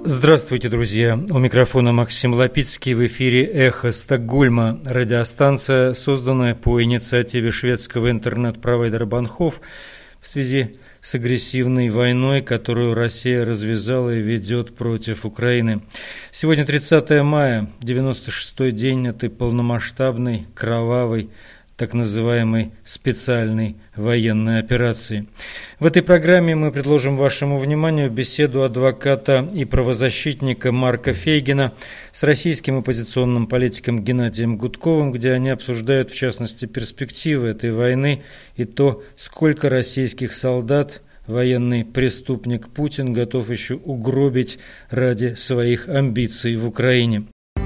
Здравствуйте, друзья! У микрофона Максим Лапицкий, в эфире «Эхо Стокгольма», радиостанция, созданная по инициативе шведского интернет-провайдера Банхоф в связи с агрессивной войной, которую Россия развязала и ведет против Украины. Сегодня 30 мая, 96-й день этой полномасштабной, кровавой, так называемой специальной военной операции. В этой программе мы предложим вашему вниманию беседу адвоката и правозащитника Марка Фейгина с российским оппозиционным политиком Геннадием Гудковым, где они обсуждают, в частности, перспективы этой войны и то, сколько российских солдат военный преступник Путин готов еще угробить ради своих амбиций в Украине.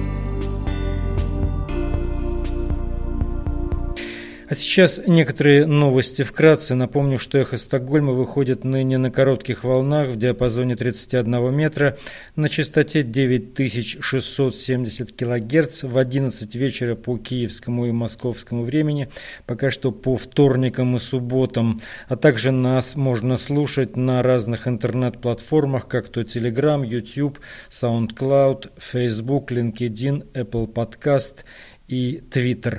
А сейчас некоторые новости вкратце. Напомню, что «Эхо Стокгольма» выходит ныне на коротких волнах в диапазоне 31 метра на частоте 9670 кГц в 11 вечера по киевскому и московскому времени, пока что по вторникам и субботам. А также нас можно слушать на разных интернет-платформах, как то Telegram, YouTube, SoundCloud, Facebook, LinkedIn, Apple Podcast и Twitter.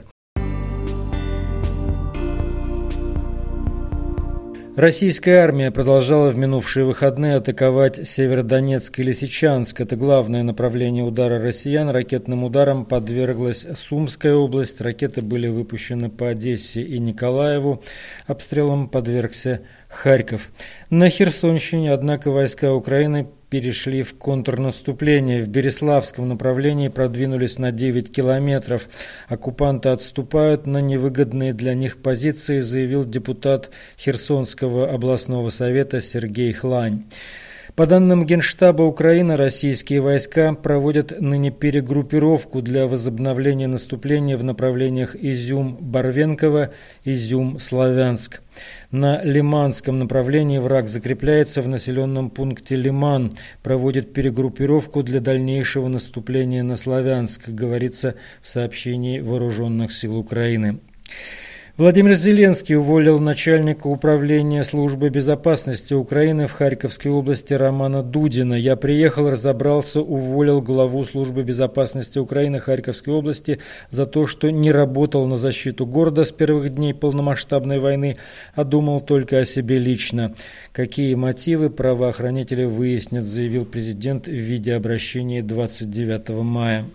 Российская армия продолжала в минувшие выходные атаковать Северодонецк и Лисичанск. Это главное направление удара россиян. Ракетным ударом подверглась Сумская область. Ракеты были выпущены по Одессе и Николаеву. Обстрелом подвергся Харьков. На Херсонщине, однако, войска Украины перешли в контрнаступление. В Береславском направлении продвинулись на 9 километров. Оккупанты отступают на невыгодные для них позиции, заявил депутат Херсонского областного совета Сергей Хлань. По данным Генштаба Украины, российские войска проводят ныне перегруппировку для возобновления наступления в направлениях Изюм-Барвенково, Изюм-Славянск. На Лиманском направлении враг закрепляется в населенном пункте Лиман, проводит перегруппировку для дальнейшего наступления на Славянск, говорится в сообщении Вооруженных сил Украины. Владимир Зеленский уволил начальника управления службы безопасности Украины в Харьковской области Романа Дудина. «Я приехал, разобрался, уволил главу службы безопасности Украины Харьковской области за то, что не работал на защиту города с первых дней полномасштабной войны, а думал только о себе лично. Какие мотивы правоохранители выяснят», заявил президент в видеообращении 29 мая.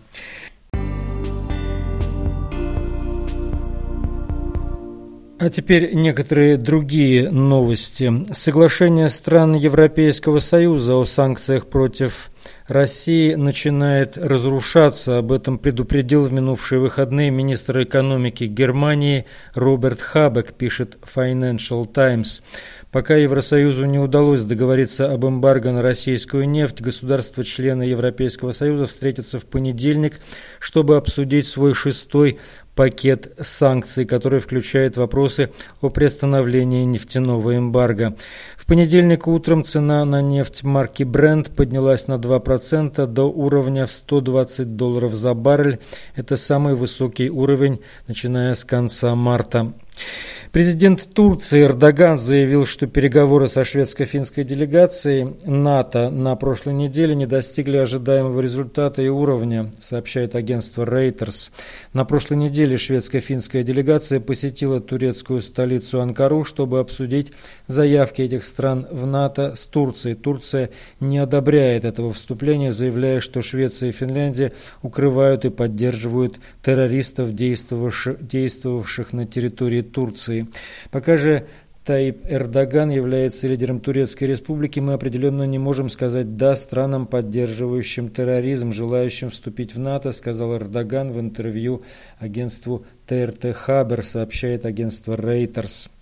А теперь некоторые другие новости. Соглашение стран Европейского Союза о санкциях против России начинает разрушаться. Об этом предупредил в минувшие выходные министр экономики Германии Роберт Хабек, пишет Financial Times. Пока Евросоюзу не удалось договориться об эмбарго на российскую нефть, государства-члены Европейского Союза встретятся в понедельник, чтобы обсудить свой 6-й пакет санкций, который включает вопросы о приостановлении нефтяного эмбарго. В понедельник утром цена на нефть марки Brent поднялась на 2% до уровня в $120 за баррель. Это самый высокий уровень, начиная с конца марта. Президент Турции Эрдоган заявил, что переговоры со шведско-финской делегацией НАТО на прошлой неделе не достигли ожидаемого результата и уровня, сообщает агентство Reuters. На прошлой неделе шведско-финская делегация посетила турецкую столицу Анкару, чтобы обсудить заявки этих стран в НАТО с Турцией. Турция не одобряет этого вступления, заявляя, что Швеция и Финляндия укрывают и поддерживают террористов, действовавших на территории Турции. Пока же Таип Эрдоган является лидером Турецкой республики, мы определенно не можем сказать «да» странам, поддерживающим терроризм, желающим вступить в НАТО, сказал Эрдоган в интервью агентству ТРТ Хабер, сообщает агентство Reuters.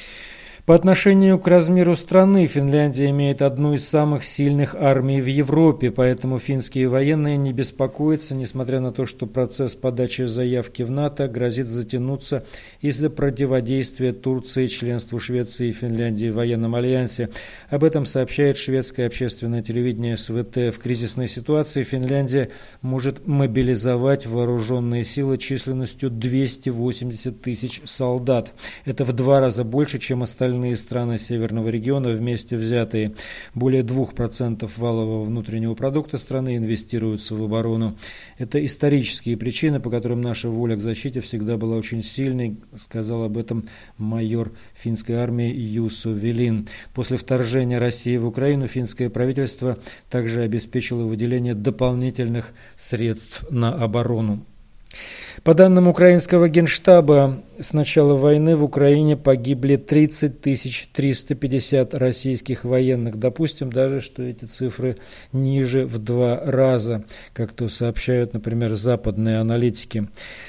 По отношению к размеру страны Финляндия имеет одну из самых сильных армий в Европе, поэтому финские военные не беспокоятся, несмотря на то, что процесс подачи заявки в НАТО грозит затянуться из-за противодействия Турции членству Швеции и Финляндии в военном альянсе. Об этом сообщает шведское общественное телевидение СВТ. В кризисной ситуации Финляндия может мобилизовать вооруженные силы численностью 280 тысяч солдат. Это в 2 раза больше, чем остальные остальные страны Северного региона вместе взятые. Более 2% валового внутреннего продукта страны инвестируются в оборону. Это исторические причины, по которым наша воля к защите всегда была очень сильной, сказал об этом майор финской армии Юсу Велин. После вторжения России в Украину финское правительство также обеспечило выделение дополнительных средств на оборону. По данным украинского генштаба, с начала войны в Украине погибли 30 350 российских военных. Допустим даже, что эти цифры ниже в 2 раза, как то сообщают, например, западные аналитики.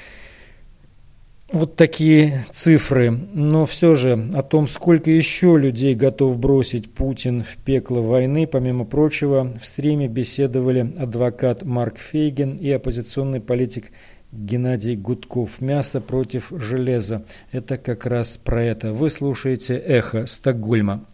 Вот такие цифры. Но все же о том, сколько еще людей готов бросить Путин в пекло войны, помимо прочего, в стриме беседовали адвокат Марк Фейгин и оппозиционный политик Геннадий Гудков. Мясо против железа. Это как раз про это. Вы слушаете «Эхо Стокгольма».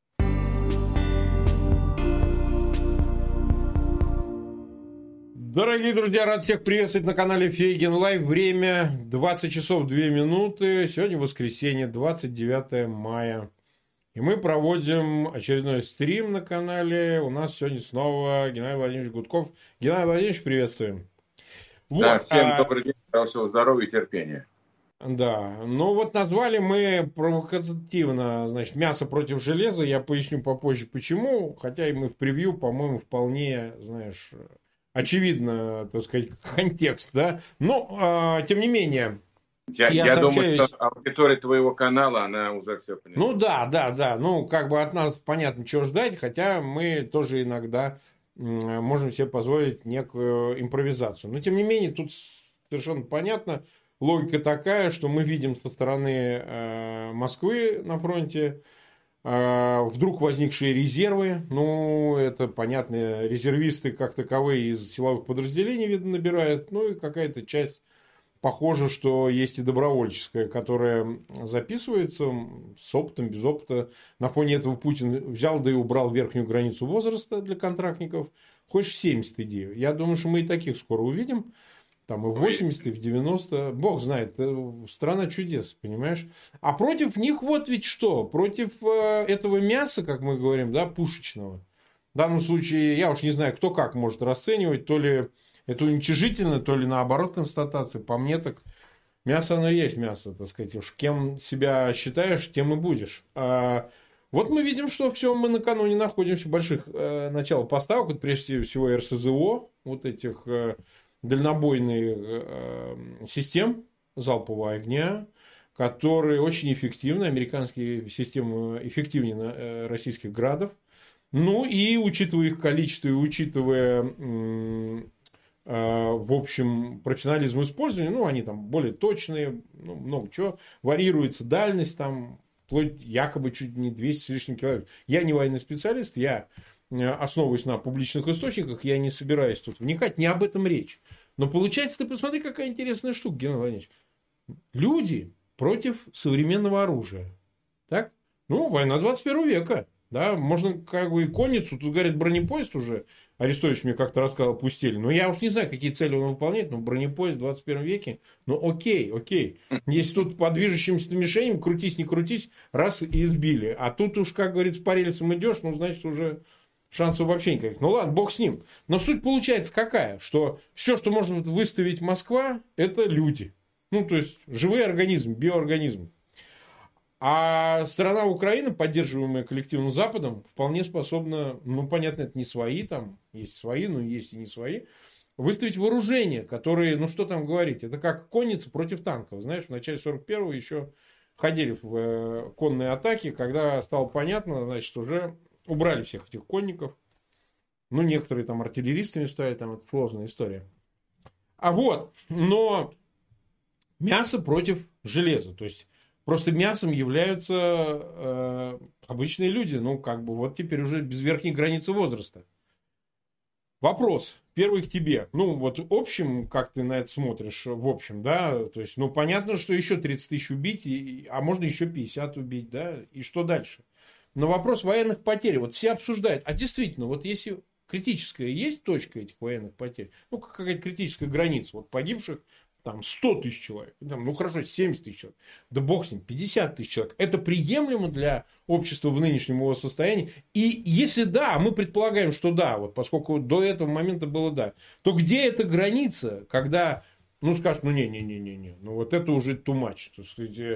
Дорогие друзья, рад всех приветствовать на канале Фейгин Лайв. Время 20 часов 2 минуты. Сегодня воскресенье, 29 мая. И мы проводим очередной стрим на канале. У нас сегодня снова Геннадий Владимирович Гудков. Геннадий Владимирович, приветствуем. Да, вот, всем добрый день, хорошего здоровья и терпения. Да, ну вот назвали мы провокативно, значит, мясо против железа. Я поясню попозже почему, хотя и мы в превью, по-моему, вполне, знаешь, очевидно, так сказать, контекст, да. Но, тем не менее, я думаю, что аудитория твоего канала, она уже все поняла. Ну да, ну как бы от нас понятно, чего ждать, хотя мы тоже иногда можем себе позволить некую импровизацию. Но, тем не менее, тут совершенно понятно, логика такая, что мы видим со стороны Москвы на фронте вдруг возникшие резервы. Ну, это, понятно, резервисты как таковые из силовых подразделений, видно, набирают. Ну, и какая-то часть, похоже, что есть и добровольческая, которая записывается с опытом, без опыта. На фоне этого Путин взял, да и убрал верхнюю границу возраста для контрактников. Хочешь в 70 иди. Я думаю, что мы и таких скоро увидим. Там и в 80, и в 90. Бог знает, страна чудес, понимаешь? А против них вот ведь что? Против этого мяса, как мы говорим, да, пушечного. В данном случае, я уж не знаю, кто как может расценивать, то ли это уничижительно, то ли наоборот констатация. По мне так мясо оно и есть мясо, так сказать. Уж кем себя считаешь, тем и будешь. Вот мы видим, что все, мы накануне находимся в больших началах поставок. Вот прежде всего РСЗО, вот этих дальнобойных систем залпового огня, которые очень эффективны. Американские системы эффективнее российских градов. Ну и учитывая их количество и учитывая в общем, профессионализм использования, ну, они там более точные, ну, много чего, варьируется дальность, там, вплоть якобы чуть не 200 с лишним километров. Я не военный специалист, я основываюсь на публичных источниках, я не собираюсь тут вникать, не об этом речь. Но получается, ты посмотри, какая интересная штука, Геннадий Владимирович. Люди против современного оружия. Так? Ну, война 21 века. Да, можно как бы и конницу, тут, говорят, бронепоезд уже, Арестович мне как-то рассказал, пустили. Но я уж не знаю, какие цели он выполняет, но бронепоезд в 21 веке, ну окей. Если тут по движущимся мишеням, крутись, не крутись, раз и избили. А тут уж, как говорится, по рельсам идешь, ну, значит, уже шансов вообще никаких. Ну ладно, бог с ним. Но суть получается какая, что все, что может выставить Москва, это люди. Ну, то есть, живые организмы, биоорганизмы. А страна Украина, поддерживаемая коллективным Западом, вполне способна, ну, понятно, это не свои, там есть свои, но есть и не свои, выставить вооружения, которые, ну, что там говорить, это как конница против танков. Знаешь, в начале 41-го еще ходили в конные атаки, когда стало понятно, значит, уже убрали всех этих конников. Ну, некоторые там артиллеристами стали, там это сложная история. А вот, но мясо против железа, то есть просто мясом являются обычные люди. Ну, как бы, вот теперь уже без верхней границы возраста. Вопрос. Первый к тебе. Ну, вот в общем, как ты на это смотришь, в общем, да? То есть, ну, понятно, что еще 30 тысяч убить, а можно еще 50 убить, да? И что дальше? Но вопрос военных потерь. Вот все обсуждают. А действительно, вот если критическая есть точка этих военных потерь, ну, какая-то критическая граница, вот погибших там 100 тысяч человек, там, ну хорошо, 70 тысяч человек, да бог с ним, 50 тысяч человек. Это приемлемо для общества в нынешнем его состоянии? И если да, мы предполагаем, что да, вот поскольку до этого момента было да, то где эта граница, когда, ну, скажут, ну, не, ну, вот это уже too much, так сказать,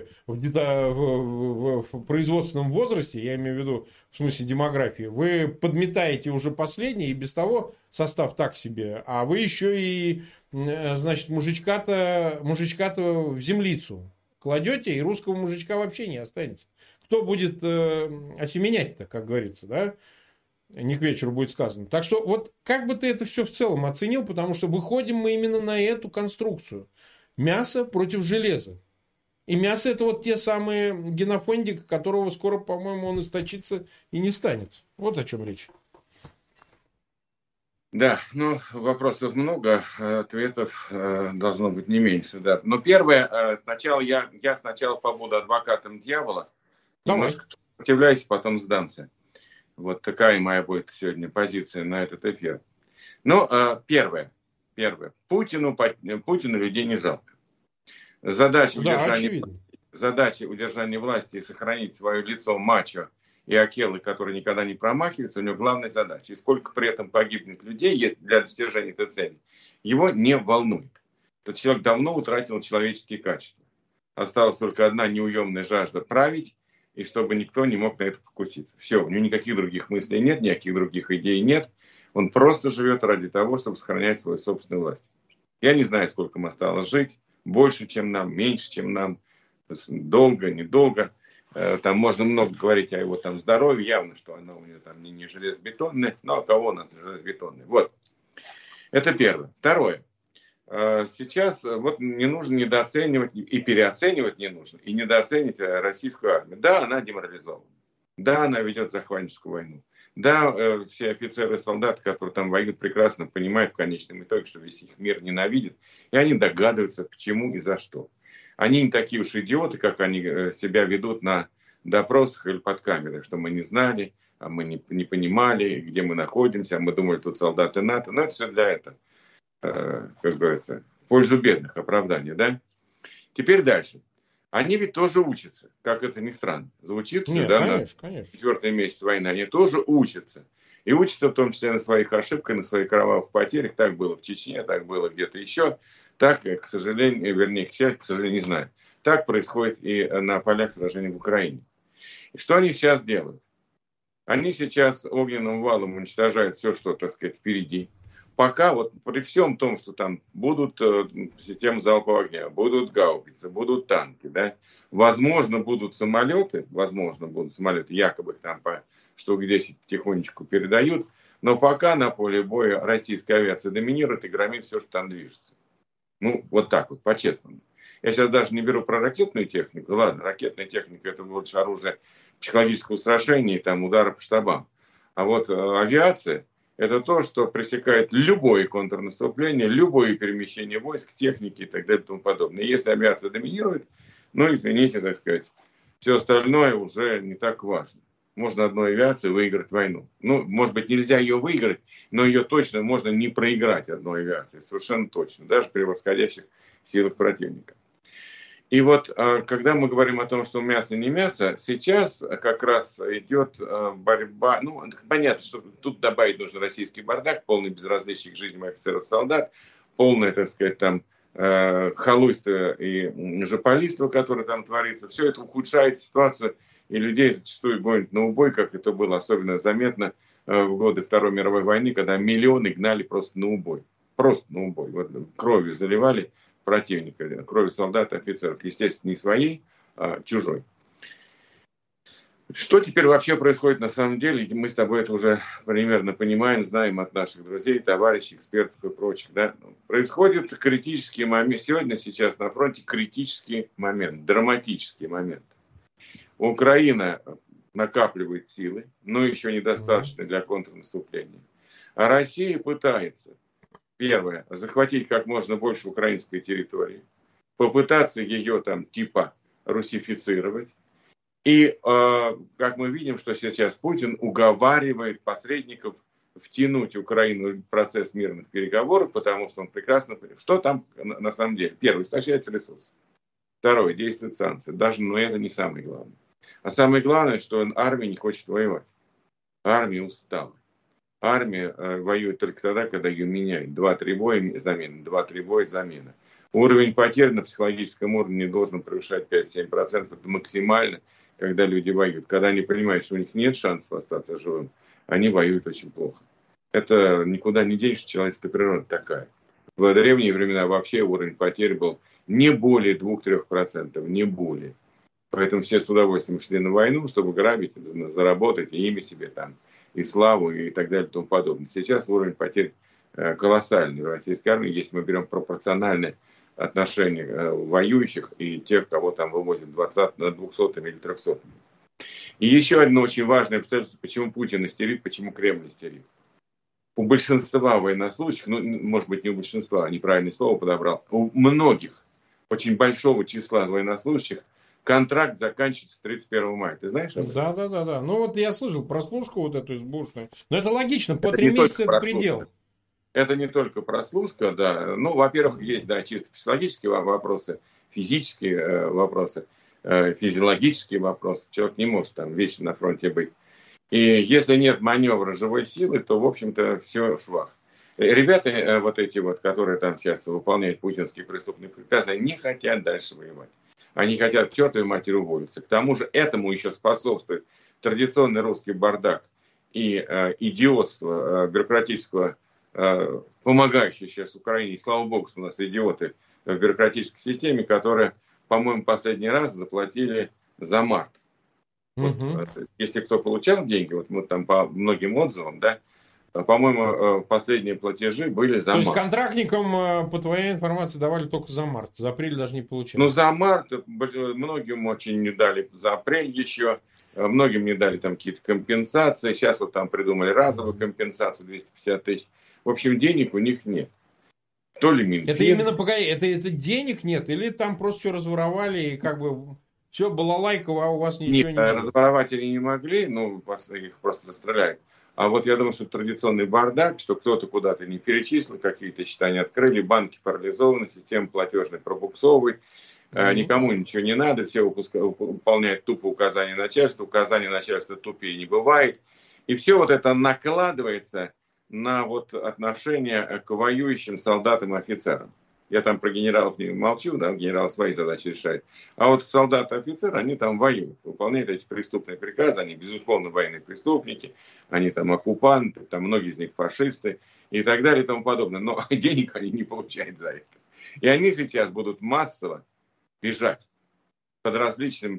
в производственном возрасте, я имею в виду, в смысле демографии, вы подметаете уже последний, и без того состав так себе, а вы еще и, значит, мужичка-то в землицу кладете, и русского мужичка вообще не останется. Кто будет осеменять-то, как говорится, да? Не к вечеру будет сказано. Так что вот как бы ты это все в целом оценил, потому что выходим мы именно на эту конструкцию. Мясо против железа. И мясо это вот те самые генофондик, которого скоро, по-моему, он истощится и не станет. Вот о чем речь. Да, ну, вопросов много, ответов должно быть не меньше, да. Но первое, сначала я сначала побуду адвокатом дьявола, немножко сопротивляюсь, потом сдамся. Вот такая моя будет сегодня позиция на этот эфир. Ну, первое. Путину людей не жалко. Задача удержания власти и сохранить свое лицо мачо и Акелы, который никогда не промахивается, у него главная задача. И сколько при этом погибнет людей для достижения этой цели, его не волнует. Этот человек давно утратил человеческие качества. Осталась только одна неуемная жажда править, и чтобы никто не мог на это покуситься. Все, у него никаких других мыслей нет, никаких других идей нет. Он просто живет ради того, чтобы сохранять свою собственную власть. Я не знаю, сколько им осталось жить. Больше, чем нам, меньше, чем нам. Долго, недолго. Там можно много говорить о его там здоровье. Явно, что оно у него там не железобетонное. Но у кого у нас железобетонное? Вот. Это первое. Второе. Сейчас вот не нужно недооценивать и переоценивать не нужно. И недооценивать российскую армию. Да, она деморализована. Да, она ведет захватническую войну. Да, все офицеры и солдаты, которые там воюют, прекрасно понимают в конечном итоге, что весь их мир ненавидит. И они догадываются, почему и за что. Они не такие уж идиоты, как они себя ведут на допросах или под камерой, что мы не знали, а мы не понимали, где мы находимся, а мы думали, тут солдаты НАТО. Но это все для этого. Как говорится, в пользу бедных оправдания, да? Теперь дальше. Они ведь тоже учатся, как это ни странно. Звучит, нет, да, конечно. На 4-й месяц войны, они тоже учатся. И учатся в том числе на своих ошибках, на своих кровавых потерях. Так было в Чечне, так было где-то еще. Так, к сожалению, вернее, к счастью, к сожалению, не знаю. Так происходит и на полях сражений в Украине. И что они сейчас делают? Они сейчас огненным валом уничтожают все, что, так сказать, впереди. Пока вот при всем том, что там будут системы залпового огня, будут гаубицы, будут танки, да, возможно, будут самолеты, якобы их там по штук 10 потихонечку передают, но пока на поле боя российская авиация доминирует и громит все, что там движется. Ну, вот так вот, по-честному. Я сейчас даже не беру про ракетную технику. Ладно, ракетная техника — это больше оружие психологического устрашения и там удара по штабам. А вот авиация — это то, что пресекает любое контрнаступление, любое перемещение войск, техники и так далее и тому подобное. И если авиация доминирует, ну, извините, так сказать, все остальное уже не так важно. Можно одной авиацией выиграть войну. Ну, может быть, нельзя ее выиграть, но ее точно можно не проиграть одной авиацией. Совершенно точно. Даже при восходящих силах противника. И вот, когда мы говорим о том, что мясо не мясо, сейчас как раз идет борьба. Ну, понятно, что тут добавить нужно российский бардак, полный безразличия к жизни офицеров и солдат, полное, так сказать, там халуйство и жополиство, которое там творится. Все это ухудшает ситуацию, и людей зачастую гонят на убой, как это было особенно заметно в годы Второй мировой войны, когда миллионы гнали просто на убой. Просто на убой. Вот, кровью заливали противника, крови солдат и офицеров. Естественно, не своей, а чужой. Что теперь вообще происходит на самом деле? Мы с тобой это уже примерно понимаем, знаем от наших друзей, товарищей, экспертов и прочих. Да? Происходит критический момент. Сегодня, сейчас на фронте критический момент, драматический момент. Украина накапливает силы, но еще недостаточно для контрнаступления. А Россия пытается, первое, захватить как можно больше украинской территории, попытаться ее там типа русифицировать. И как мы видим, что сейчас Путин уговаривает посредников втянуть Украину в процесс мирных переговоров, потому что он прекрасно понимает, что там на самом деле. Первое, истощается ресурс. Второе, действуют санкции. Даже, но это не самое главное. А самое главное, что армия не хочет воевать. Армия устала. Армия воюет только тогда, когда ее меняют. 2-3 боя замена, 2-3 боя замена. Уровень потерь на психологическом уровне не должен превышать 5-7%. Это максимально, когда люди воюют. Когда они понимают, что у них нет шансов остаться живым, они воюют очень плохо. Это никуда не денешься, человеческая природа такая. В древние времена вообще уровень потерь был не более 2-3%, не более. Поэтому все с удовольствием шли на войну, чтобы грабить, заработать и имя себе там, и славу, и так далее, и тому подобное. Сейчас уровень потерь колоссальный в российской армии, если мы берем пропорциональное отношение воюющих и тех, кого там вывозят 200-ми или 300-ми. И еще одно очень важное обстоятельство, почему Путин истерит, почему Кремль истерит. У большинства военнослужащих, ну, может быть, не у большинства, неправильное слово подобрал, у многих, очень большого числа военнослужащих, контракт заканчивается 31 мая. Ты знаешь об этом? Да. Ну вот я слышал прослушку вот эту избушную. Но это логично, по Это 3 не месяца только это предел. Это не только прослушка, да. Ну, во-первых, есть, да, чисто психологические вопросы, физические вопросы, физиологические вопросы. Человек не может там вечно на фронте быть. И если нет маневра живой силы, то, в общем-то, все в швах. Ребята вот эти вот, которые там сейчас выполняют путинские преступные приказы, они не хотят дальше воевать. Они хотят к чертовой матери уволиться. К тому же этому еще способствует традиционный русский бардак и идиотство бюрократического, помогающее сейчас Украине. И слава богу, что у нас идиоты в бюрократической системе, которые, по-моему, последний раз заплатили за март. Вот, если кто получал деньги, вот мы там по многим отзывам, да, по-моему, последние платежи были за март. То есть контрактникам, по твоей информации, давали только за март, за апрель даже не получали? Ну, за март многим очень не дали, за апрель еще, многим не дали там какие-то компенсации. Сейчас вот там придумали разовую компенсацию 250 тысяч. В общем, денег у них нет. То ли Минфин. Это именно, погоди, это денег нет? Или там просто все разворовали и как бы все, балалайка, а у вас ничего Нет, не было? разворовать они не могли, ну, их просто расстреляют. А вот я думаю, что традиционный бардак, что кто-то куда-то не перечислил, какие-то счета не открыли, банки парализованы, система платежной пробуксовывает, никому ничего не надо, все выполняют тупо указания начальства тупее не бывает. И все вот это накладывается на вот отношение к воюющим солдатам и офицерам. Я там про генералов не молчу, да, генерал свои задачи решает. А вот солдаты и офицеры, они там воюют, выполняют эти преступные приказы, они, безусловно, военные преступники, они там оккупанты, там многие из них фашисты и так далее и тому подобное. Но денег они не получают за это. И они сейчас будут массово бежать под различными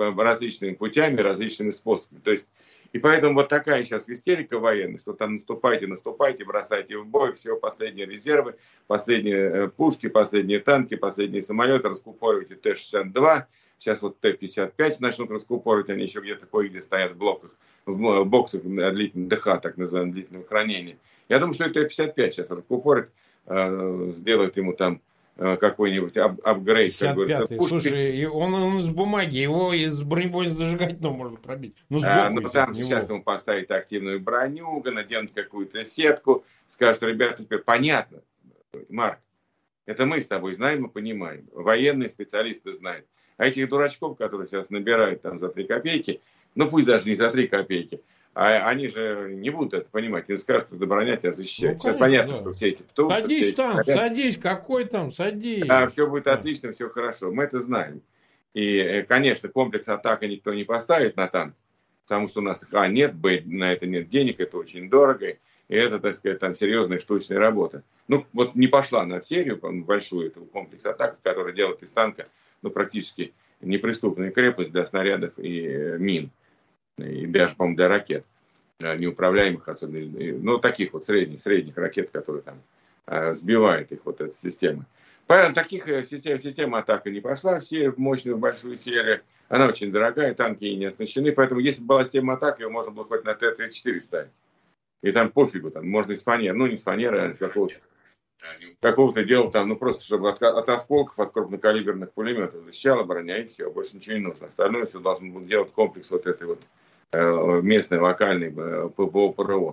путями, различными способами. То есть, и поэтому вот такая сейчас истерика военная, что там наступайте, бросайте в бой, все, последние резервы, последние пушки, последние танки, последние самолеты, раскупоривайте Т-62, сейчас вот Т-55 начнут раскупоривать, они еще где-то кое-где стоят в блоках, в боксах длительного ДХ, так называемого длительного хранения. Я думаю, что и Т-55 сейчас раскупорит, сделают ему там какой-нибудь апгрейд. 55-й. Слушай, он из бумаги, его из бронебойно-зажигательного можно пробить. Ну, но там сейчас ему поставить активную броню, наденут какую-то сетку, скажут, ребята, теперь понятно, Марк, это мы с тобой знаем и понимаем. Военные специалисты знают. А этих дурачков, которые сейчас набирают там за 3 копейки, ну пусть даже не за 3 копейки, а они же не будут это понимать. Им скажут, что бронять тебя защищать. Ну, конечно, понятно, да. Что все эти птусы... Садись там, садись, какой там, садись. Да, все будет отлично, все хорошо. Мы это знаем. И, конечно, комплекс атаки никто не поставит на танк, потому что у нас, нет, на это нет денег, это очень дорого. И это, так сказать, там серьезная штучная работа. Ну, вот не пошла на серию большую этого комплекса атаки, который делает из танка, ну, практически неприступную крепость для снарядов и мин. И даже, по-моему, для ракет, неуправляемых особенно, ну, таких вот средних ракет, которые там сбивают их вот эта система. Поэтому таких систем атака не пошла, все мощную большую серию, она очень дорогая, танки не оснащены, поэтому если бы была система атаки, ее можно было хоть на Т-34 ставить. И там пофигу, там можно из фанеры, ну не из фанеры, а из какого-то дела там, ну просто чтобы от осколков, от крупнокалиберных пулеметов защищала броня и все, больше ничего не нужно. Остальное все должен был делать комплекс вот этой вот местной, локальной ПВО, ПРО,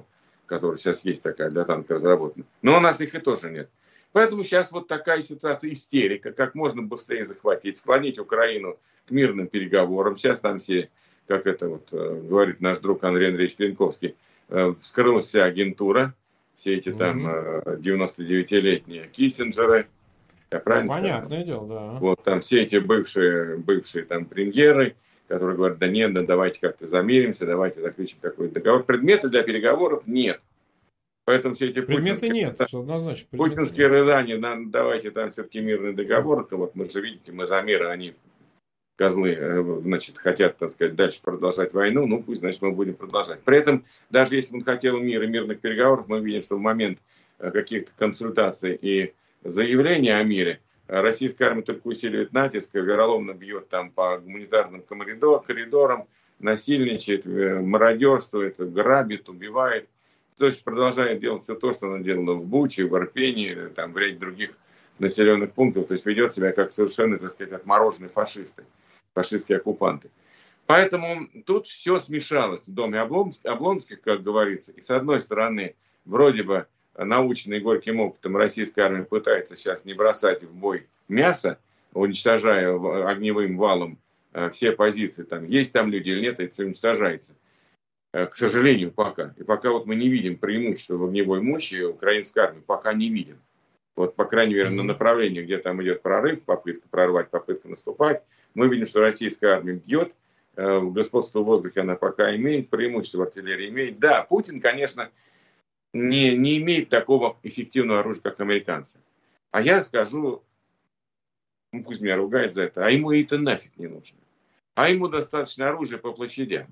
которая сейчас есть такая для танка разработана. Но у нас их и тоже нет. Поэтому сейчас вот такая ситуация, истерика, как можно быстрее захватить, склонить Украину к мирным переговорам. Сейчас там все, как это вот говорит наш друг Андрей Андреевич Пенковский, вскрылась вся агентура, все эти там 99-летние Киссинджеры. Я правильно сказал? Понятное дело, да. Вот там все эти бывшие там премьеры, которые говорят, да нет, да давайте как-то замиримся, давайте заключим какой-то договор. Предмета для переговоров нет. Поэтому все эти однозначно, путинские рыдания, давайте там все-таки мирный договор. Вот мы же видите, мы за мир, они козлы, значит, хотят, так сказать, дальше продолжать войну, ну пусть, значит, мы будем продолжать. При этом, даже если он хотел мира и мирных переговоров, мы видим, что в момент каких-то консультаций и заявлений о мире российская армия только усиливает натиск, вероломно бьет там по гуманитарным коридорам, насильничает, мародерствует, грабит, убивает. То есть продолжает делать все то, что она делала в Буче, в Ирпени, там, в ряде других населенных пунктов. То есть ведет себя как совершенно, так сказать, отмороженные фашисты, фашистские оккупанты. Поэтому тут все смешалось в доме Облонских, как говорится. И с одной стороны, вроде бы наученный горьким опытом, российская армия пытается сейчас не бросать в бой мясо, уничтожая огневым валом все позиции. Там, есть там люди или нет, это все уничтожается. К сожалению, пока. И пока вот мы не видим преимущества в огневой мощи украинской армии, пока не видим. Вот, по крайней мере, на направлении, где там идет прорыв, попытка прорвать, попытка наступать, мы видим, что российская армия бьет, господство в воздухе она пока имеет, преимущество в артиллерии имеет. Да, Путин, конечно, не имеет такого эффективного оружия, как американцы. А я скажу, ну, пусть меня ругают за это, а ему это нафиг не нужно. А ему достаточно оружия по площадям.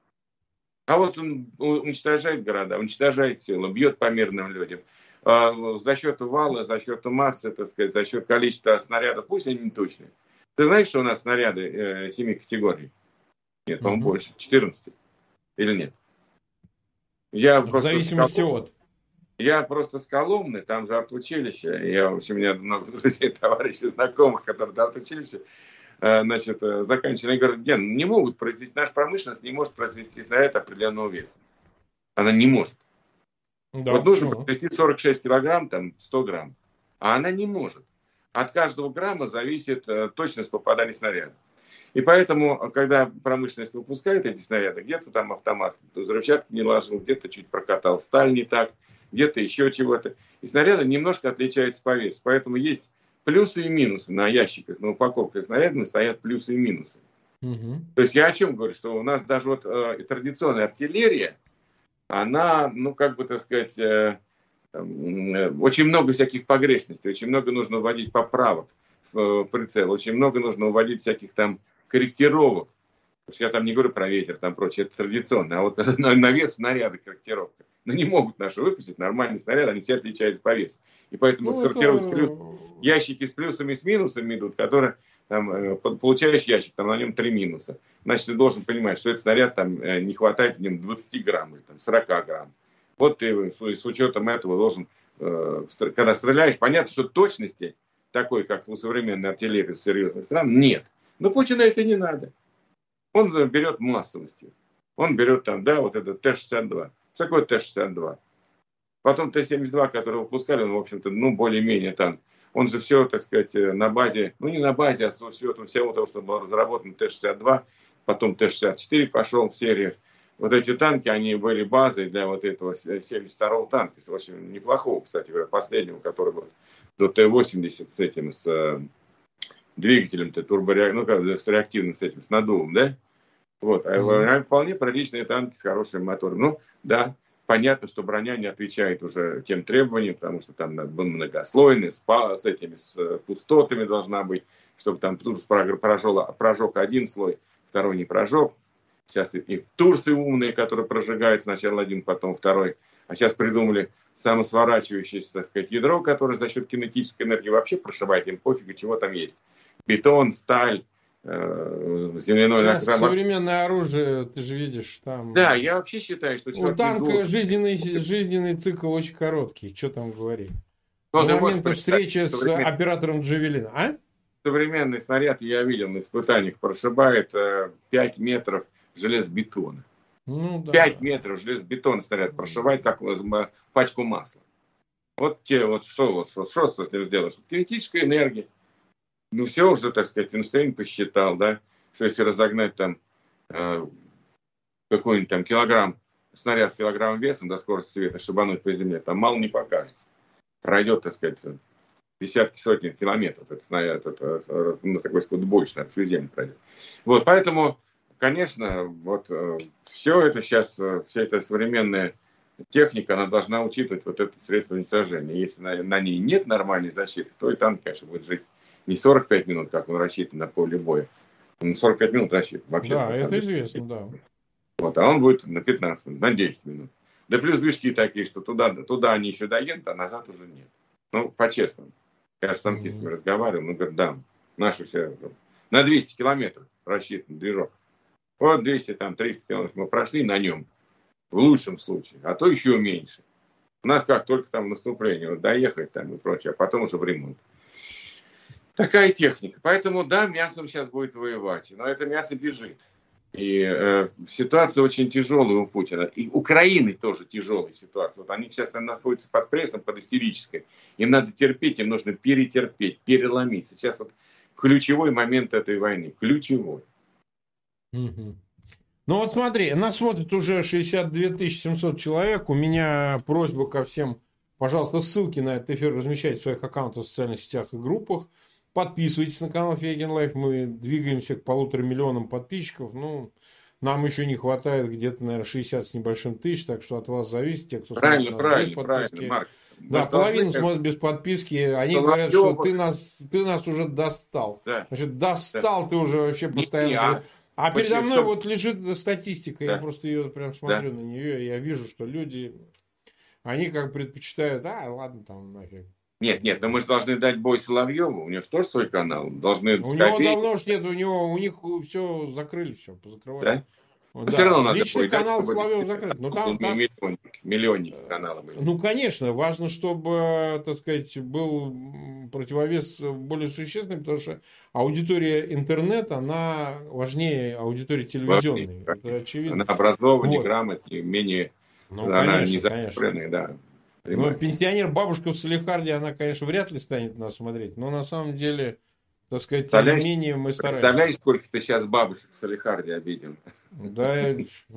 А вот он уничтожает города, уничтожает села, бьет по мирным людям. За счет вала, за счет массы, так сказать, за счет количества снарядов, пусть они не точные. Ты знаешь, что у нас снаряды 7 категорий? Нет, по-моему, больше. 14. Или нет? В зависимости от. Я просто с Коломны, там же артучилище. У меня много друзей, товарищей, знакомых, которые до артучилища значит, заканчивали. Они говорят, Ген, не могут произвести, наша промышленность не может произвести снаряд определенного веса. Она не может. Да, вот нужно произвести 46 килограмм, там 100 грамм. А она не может. От каждого грамма зависит точность попадания снаряда. И поэтому, когда промышленность выпускает эти снаряды, где-то там автомат взрывчатки не ложил, где-то чуть прокатал сталь не так, где-то еще чего-то. И снаряды немножко отличаются по весу. Поэтому есть плюсы и минусы на ящиках, на упаковках снарядов стоят плюсы и минусы. То есть я о чем говорю, что у нас даже вот традиционная артиллерия, она, ну как бы так сказать, очень много всяких погрешностей, очень много нужно вводить поправок в прицел, очень много нужно вводить всяких там корректировок. Потому что я там не говорю про ветер, там прочее, это традиционно. А вот на вес снаряда корректировка. Но не могут наши выпустить нормальный снаряд, они все отличаются по весу. И поэтому сортировать ящики с плюсами и с минусами идут, которые там, получаешь ящик, там на нем 3 минуса. Значит, ты должен понимать, что этот снаряд там не хватает в нем 20 грамм или там, 40 грамм. Вот ты с учетом этого должен, когда стреляешь, понятно, что точности такой, как у современной артиллерии в серьезных странах, нет. Но Путину это не надо. Он берет массовостью. Он берет там, да, вот этот Т-62. Что такое Т-62? Потом Т-72, который выпускали, он, в общем-то, ну, более-менее танк. Он же все, так сказать, на базе, ну, не на базе, а с учетом всего того, что был разработан Т-62, потом Т-64 пошел в серию. Вот эти танки, они были базой для вот этого 72-го танка. Очень неплохого, кстати говоря, последнего, который был до Т-80 с этим, с двигателем, ну, с реактивным, с этим, с наддувом, да? Вот. А вполне приличные танки с хорошим мотором. Ну, да, понятно, что броня не отвечает уже тем требованиям, потому что там многослойный, с этими, с пустотами должна быть, чтобы там тут прожег один слой, второй не прожег. Сейчас и турсы умные, которые прожигают сначала один, потом второй. А сейчас придумали самосворачивающееся, так сказать, ядро, которое за счет кинетической энергии вообще прошивает, им пофигу, чего там есть. Бетон, сталь, земляной сейчас современное оружие, ты же видишь, там... Да, я вообще считаю, что... У танка жизненный цикл очень короткий, что там говорить. На момент встречи с оператором Джавелина, а? Современный снаряд, я видел на испытаниях, прошибает 5 метров железобетона. Ну, да. 5 метров железобетонный снаряд прошивает, как пачку масла. Вот те, вот что с этим сделаешь? Кинетическая энергия. Ну, все уже, так сказать, Эйнштейн посчитал, да, что если разогнать там какой-нибудь там килограмм, снаряд с килограммом весом до скорости света, шибануть по земле, там мало не покажется. Пройдет, так сказать, десятки, сотни километров этот снаряд, ну, такой скудобойчный, всю землю пройдет. Вот, поэтому, конечно, вот все это сейчас, вся эта современная техника, она должна учитывать вот это средство уничтожения. Если на ней нет нормальной защиты, то и танк, конечно, будет жить не 45 минут, как он рассчитан на поле боя, он на 45 минут рассчитан. Вообще, да, это известно, да. Вот, а он будет на 15 минут, на 10 минут. Да плюс движки такие, что туда они еще доедут, а назад уже нет. Ну, по-честному. Я с танкистами разговаривал, ну, говорят, да, наши все на 200 километров рассчитан движок. Вот 200, там, 300 километров мы прошли на нем, в лучшем случае, а то еще меньше. У нас как только там наступление, вот доехать там и прочее, а потом уже в ремонт. Такая техника. Поэтому, да, мясом сейчас будет воевать, но это мясо бежит. И ситуация очень тяжелая у Путина. И Украины тоже тяжелая ситуация. Вот они сейчас находятся под прессом, под истерической. Им надо терпеть, им нужно перетерпеть, переломить. Сейчас вот ключевой момент этой войны. Ключевой. Угу. Ну вот смотри, нас смотрит уже 62 700 человек. У меня просьба ко всем, пожалуйста, ссылки на этот эфир размещайте в своих аккаунтах в социальных сетях и группах. Подписывайтесь на канал Фейгин Лайф. Мы двигаемся к 1,5 миллионам подписчиков. Ну, нам еще не хватает где-то, наверное, 60 с небольшим тысяч. Так что от вас зависит, те, кто смотрит нас без подписки. Марк. Да, половину смотрят без подписки. Они говорят, что ты нас уже достал. Да. Значит, достал ты уже вообще постоянно. А передо мной вот лежит эта статистика. Да. Я просто ее прям смотрю на нее. И я вижу, что люди, они как предпочитают, ладно, там нафиг. Нет, но мы же должны дать бой Соловьеву. У него же тоже свой канал. Должны у него давно уж нет, у них все закрыли, все, позакрывали. Да? Да. Все равно надо личный канал Соловьева закрыт. Но там миллионники канала были. Ну, конечно, важно, чтобы, так сказать, был противовес более существенный, потому что аудитория интернета, она важнее аудитории телевизионной. Это очевидно. Она образованнее, грамотнее, менее... она не закрепленная, да. Но пенсионер бабушка в Салехарде, она, конечно, вряд ли станет нас смотреть. Но на самом деле, так сказать, тем не менее мы стараемся. Представляешь, сколько ты сейчас бабушек в Салехарде обидел? Да,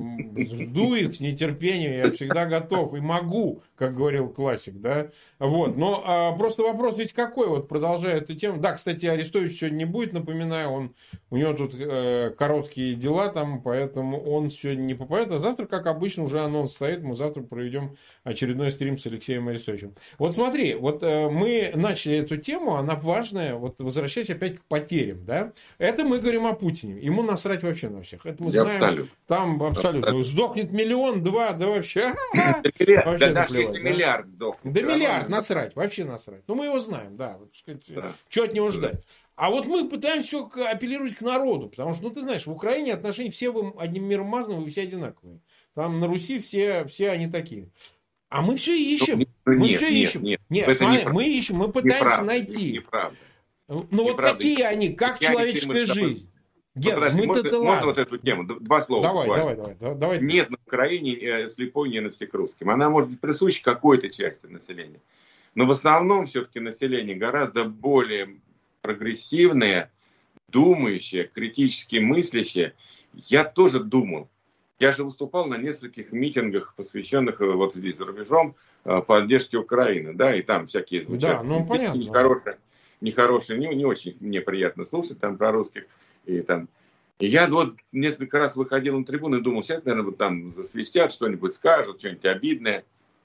жду их с нетерпением, я всегда готов и могу, как говорил классик, да. Вот, но просто вопрос ведь какой, вот продолжая эту тему. Да, кстати, Арестович сегодня не будет, напоминаю, у него тут короткие дела там, поэтому он сегодня не попадет, а завтра, как обычно, уже анонс стоит, мы завтра проведем очередной стрим с Алексеем Арестовичем. Вот смотри, вот мы начали эту тему, она важная, вот возвращаясь опять к потерям, да. Это мы говорим о Путине, ему насрать вообще на всех, это мы знаем. Там абсолютно. Сдохнет миллион, два, да вообще. Да даже если миллиард сдохнет. Да миллиард, насрать, вообще насрать. Ну, мы его знаем, да. Что от него ждать? А вот мы пытаемся все апеллировать к народу, потому что, ну, ты знаешь, в Украине отношения все вы одним миром мазаны, вы все одинаковые. Там на Руси все они такие. А мы все ищем. Мы все ищем. Нет, смотри, мы ищем, мы пытаемся найти. Неправда. Ну, вот какие они, как человеческая жизнь. Можно вот эту тему? Два слова. Давай. Нет на Украине слепой ненависти к русским. Она может быть присуща какой-то части населения. Но в основном все-таки население гораздо более прогрессивное, думающее, критически мыслящее. Я тоже думал. Я же выступал на нескольких митингах, посвященных вот здесь за рубежом поддержке Украины. Да, и там всякие звучат. Да, ну понятно. Нехорошие, не очень мне приятно слушать там про русских. И я вот несколько раз выходил на трибуну и думал, сейчас, наверное, вот там засвистят, что-нибудь скажут, что-нибудь обидное.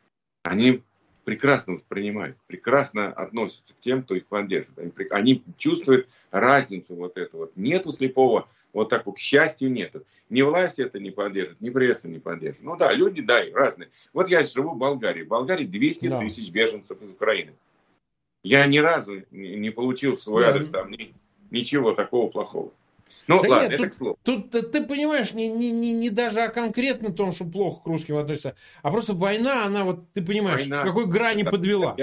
Они прекрасно воспринимают, прекрасно относятся к тем, кто их поддерживает. Они чувствуют разницу вот эту вот. Нету слепого, вот так вот, к счастью, нету. Ни власть это не поддержит, ни пресса не поддержит. Ну да, люди, да, разные. Вот я живу в Болгарии. В Болгарии 200 тысяч беженцев из Украины. Я ни разу не получил в свой адрес там ничего такого плохого. Ну, да ладно, нет, это к слову. Тут ты понимаешь, не даже конкретно том, что плохо к русским относятся, а просто война, она вот, ты понимаешь, в какой грани подвела.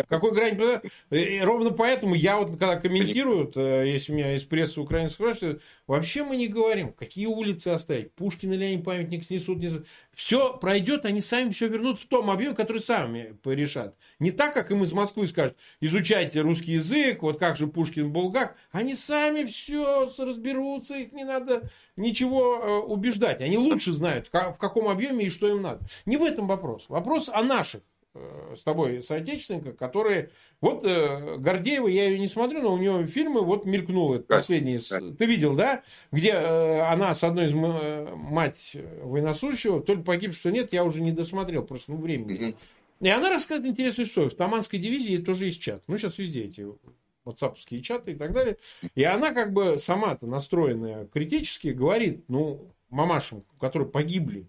И ровно поэтому я вот, когда комментирую, если у меня из прессы украинцев спрашивают, вообще мы не говорим, какие улицы оставить, Пушкина ли они памятник снесут. все пройдет, они сами все вернут в том объеме, который сами порешат. Не так, как им из Москвы скажут, изучайте русский язык, вот как же Пушкин, Булгак. Они сами все разберутся, их не надо ничего убеждать. Они лучше знают, в каком объеме и что им надо. Не в этом вопрос. Вопрос о наших с тобой соотечественниках, которые... Вот Гордеева, я ее не смотрю, но у нее фильмы вот мелькнуло. Последние. Ты видел, да? Где она с одной из мать военнослужащего, то ли погиб, что нет, я уже не досмотрел, просто времени. И она рассказывает интересную историю. В Таманской дивизии тоже есть чат. Ну, сейчас везде эти ватсаповские чаты и так далее. И она как бы сама-то настроенная критически говорит, мамашам, которые погибли,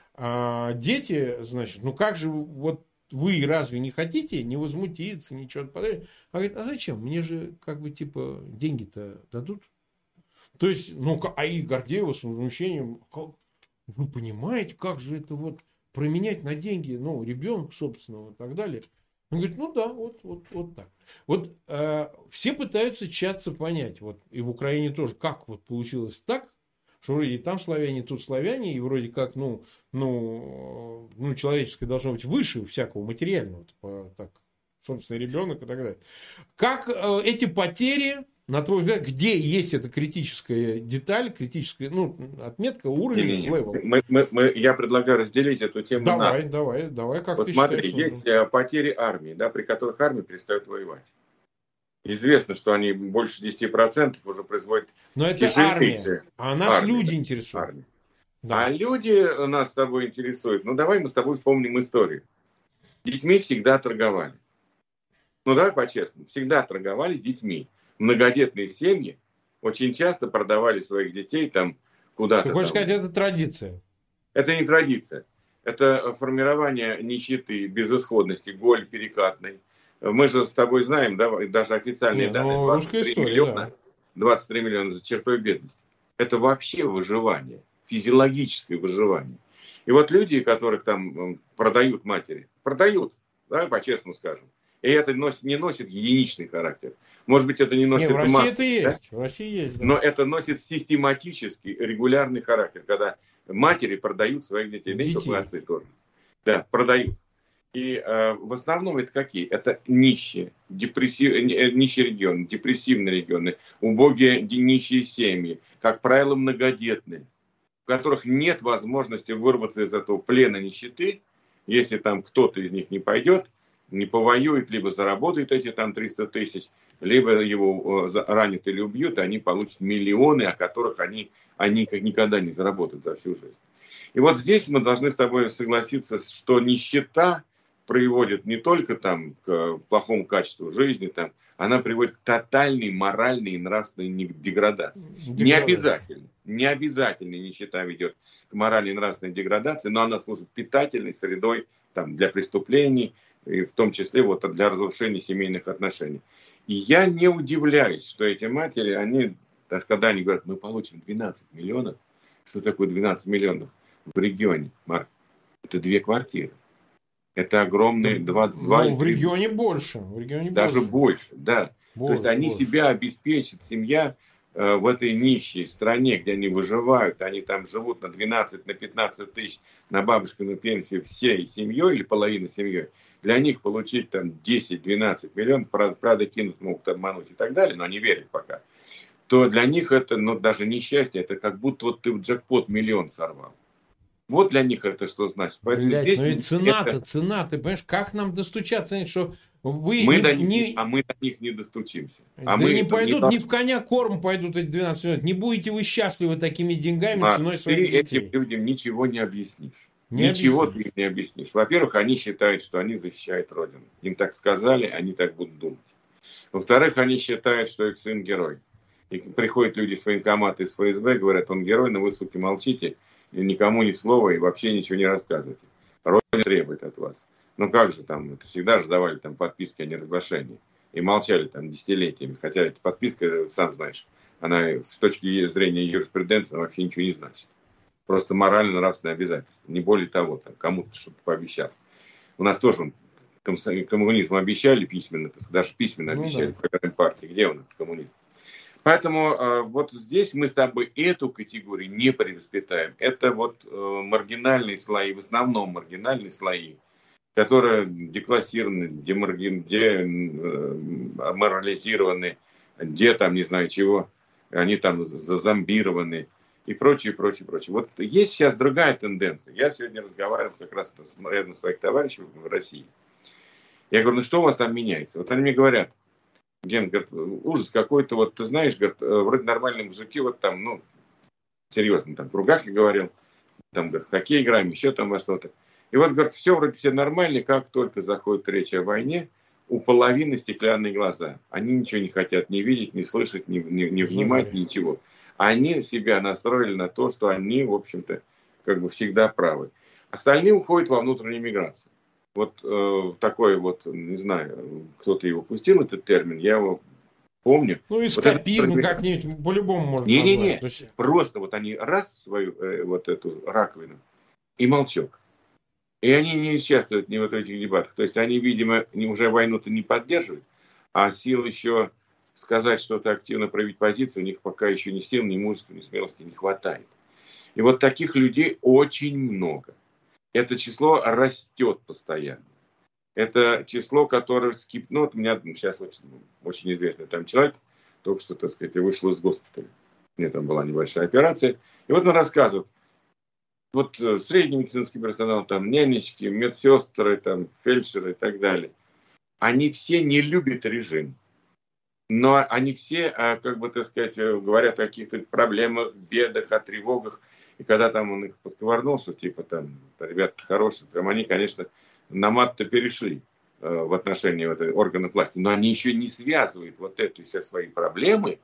дети, значит, как же вот вы разве не хотите не возмутиться, ничего подобного? Она говорит, а зачем? Мне же деньги-то дадут. То есть, и Гордеева с возмущением, вы понимаете, как же это вот променять на деньги, ребенка собственного и так далее. Он говорит, вот так. Вот все пытаются чаться понять, вот и в Украине тоже, как вот получилось так, что вроде и там славяне, тут славяне, и вроде как, человеческое должно быть выше всякого материального, так, собственный ребенок и так далее. Как эти потери, на твой взгляд, где есть эта критическая деталь, критическая, отметка, уровень, левел? Я предлагаю разделить эту тему давай, как вот ты смотри, считаешь? есть потери армии, да, при которых армия перестает воевать. Известно, что они больше 10% уже производят. Но это армия, а нас люди интересуют. Да. А люди нас с тобой интересуют. Давай мы с тобой вспомним историю. Детьми всегда торговали. Давай по-честному. Всегда торговали детьми. Многодетные семьи очень часто продавали своих детей там куда-то. Ты хочешь сказать, это традиция? Это не традиция. Это формирование нищеты, безысходности, голь перекатной. Мы же с тобой знаем, да, даже официальные данные, 23 миллиона за чертой бедности. Это вообще выживание, физиологическое выживание. И вот люди, которых там продают матери, давай по-честному скажем, и это не носит единичный характер. Может быть, это не носит массы. В России это есть. В России есть, да. Но это носит систематический, регулярный характер, когда матери продают своих детей. Да и отцы тоже. Да, продают. И в основном это какие? Это нищие регионы, депрессивные регионы, убогие нищие семьи, как правило, многодетные, в которых нет возможности вырваться из этого плена нищеты, если там кто-то из них не пойдет, не повоюет, либо заработает эти там 300 тысяч, либо его ранят или убьют, и они получат миллионы, о которых они никогда не заработают за всю жизнь. И вот здесь мы должны с тобой согласиться, что нищета приводит не только там к плохому качеству жизни, она приводит к тотальной моральной и нравственной деградации. Не обязательно нищета ведет к моральной и нравственной деградации, но она служит питательной средой для преступлений, и в том числе для разрушения семейных отношений. И я не удивляюсь, что эти матери, даже когда они говорят, мы получим 12 миллионов, что такое 12 миллионов в регионе, Марк? Это 2 квартиры. Это огромные в регионе больше. Даже больше, да. То есть они себя обеспечат, семья в этой нищей стране, где они выживают, они там живут на 12, на 15 тысяч на бабушкину пенсию всей семьей или половиной семьей. Для них получить там 10-12 миллионов, правда, кинут, могут обмануть и так далее, но они верят пока. То для них это, даже не счастье, это как будто ты в джекпот миллион сорвал. Вот для них это что значит. Поэтому здесь и цена, ты понимаешь, как нам достучаться, что вы мы до них не достучимся. Не пойдут, не в коня корм пойдут эти 12 минут. Не будете вы счастливы такими деньгами, ценой своих детей. Этим людям ничего не объяснишь. Ничего ты им не объяснишь. Во-первых, они считают, что они защищают Родину. Им так сказали, они так будут думать. Во-вторых, они считают, что их сын герой. И приходят люди с военкомата, из ФСБ, говорят, он герой, но вы, суки, молчите. И никому ни слова и вообще ничего не рассказывайте. Родина требует от вас. Как же это всегда же давали подписки о неразглашении. И молчали десятилетиями. Хотя эта подписка, сам знаешь, она с точки зрения юриспруденции вообще ничего не значит. Просто морально-нравственное обязательство. Не более того, кому-то что-то пообещал. У нас тоже коммунизм обещали письменно, даже письменно обещали в партии. Где он, этот коммунизм? Поэтому вот здесь мы с тобой эту категорию не перевоспитаем. Это вот маргинальные слои, в основном маргинальные слои, которые деклассированы, деморализированы, там не знаю чего, они там зазомбированы и прочее, прочее, прочее. Вот есть сейчас другая тенденция. Я сегодня разговаривал как раз с рядом своих товарищей в России. Я говорю, ну что у вас там меняется? Вот они мне говорят, Ген, говорит, ужас какой-то, вот ты знаешь, говорит, вроде нормальные мужики, вот там, ну, серьезно, там в кругах я говорил, там, говорит, в хоккей играем, еще там во что-то. И вот, говорит, все вроде все нормально, как только заходит речь о войне, у половины стеклянные глаза. Они ничего не хотят ни видеть, ни слышать, ни внимать, ничего. Они себя настроили на то, что они, в общем-то, как бы всегда правы. Остальные уходят во внутреннюю миграцию. Вот такой вот, не знаю, кто-то его пустил, этот термин, я его помню. Ну, эскапизм вот как-нибудь по-любому можно назвать. Не-не-не, просто вот они раз в свою вот эту раковину и молчок. И они не участвуют ни в этих дебатах. То есть они, видимо, уже войну-то не поддерживают, а сил еще сказать что-то активно, проявить позицию, у них пока еще ни сил, ни мужества, ни смелости не хватает. И вот таких людей очень много. Это число растет постоянно. Это число, которое... Ну, вот у меня сейчас очень известный там человек, только что, так сказать, вышел из госпиталя. У меня там была небольшая операция. И вот он рассказывает. Вот средний медицинский персонал, там, нянечки, медсестры, там, фельдшеры и так далее. Они все не любят режим. Но они все, как бы, так сказать, говорят о каких-то проблемах, бедах, о тревогах. И когда там он их подковырнул, что типа там, ребята хорошие, прям они, конечно, на мат-то перешли в отношении органов власти. Но они еще не связывают вот эту все свои проблемы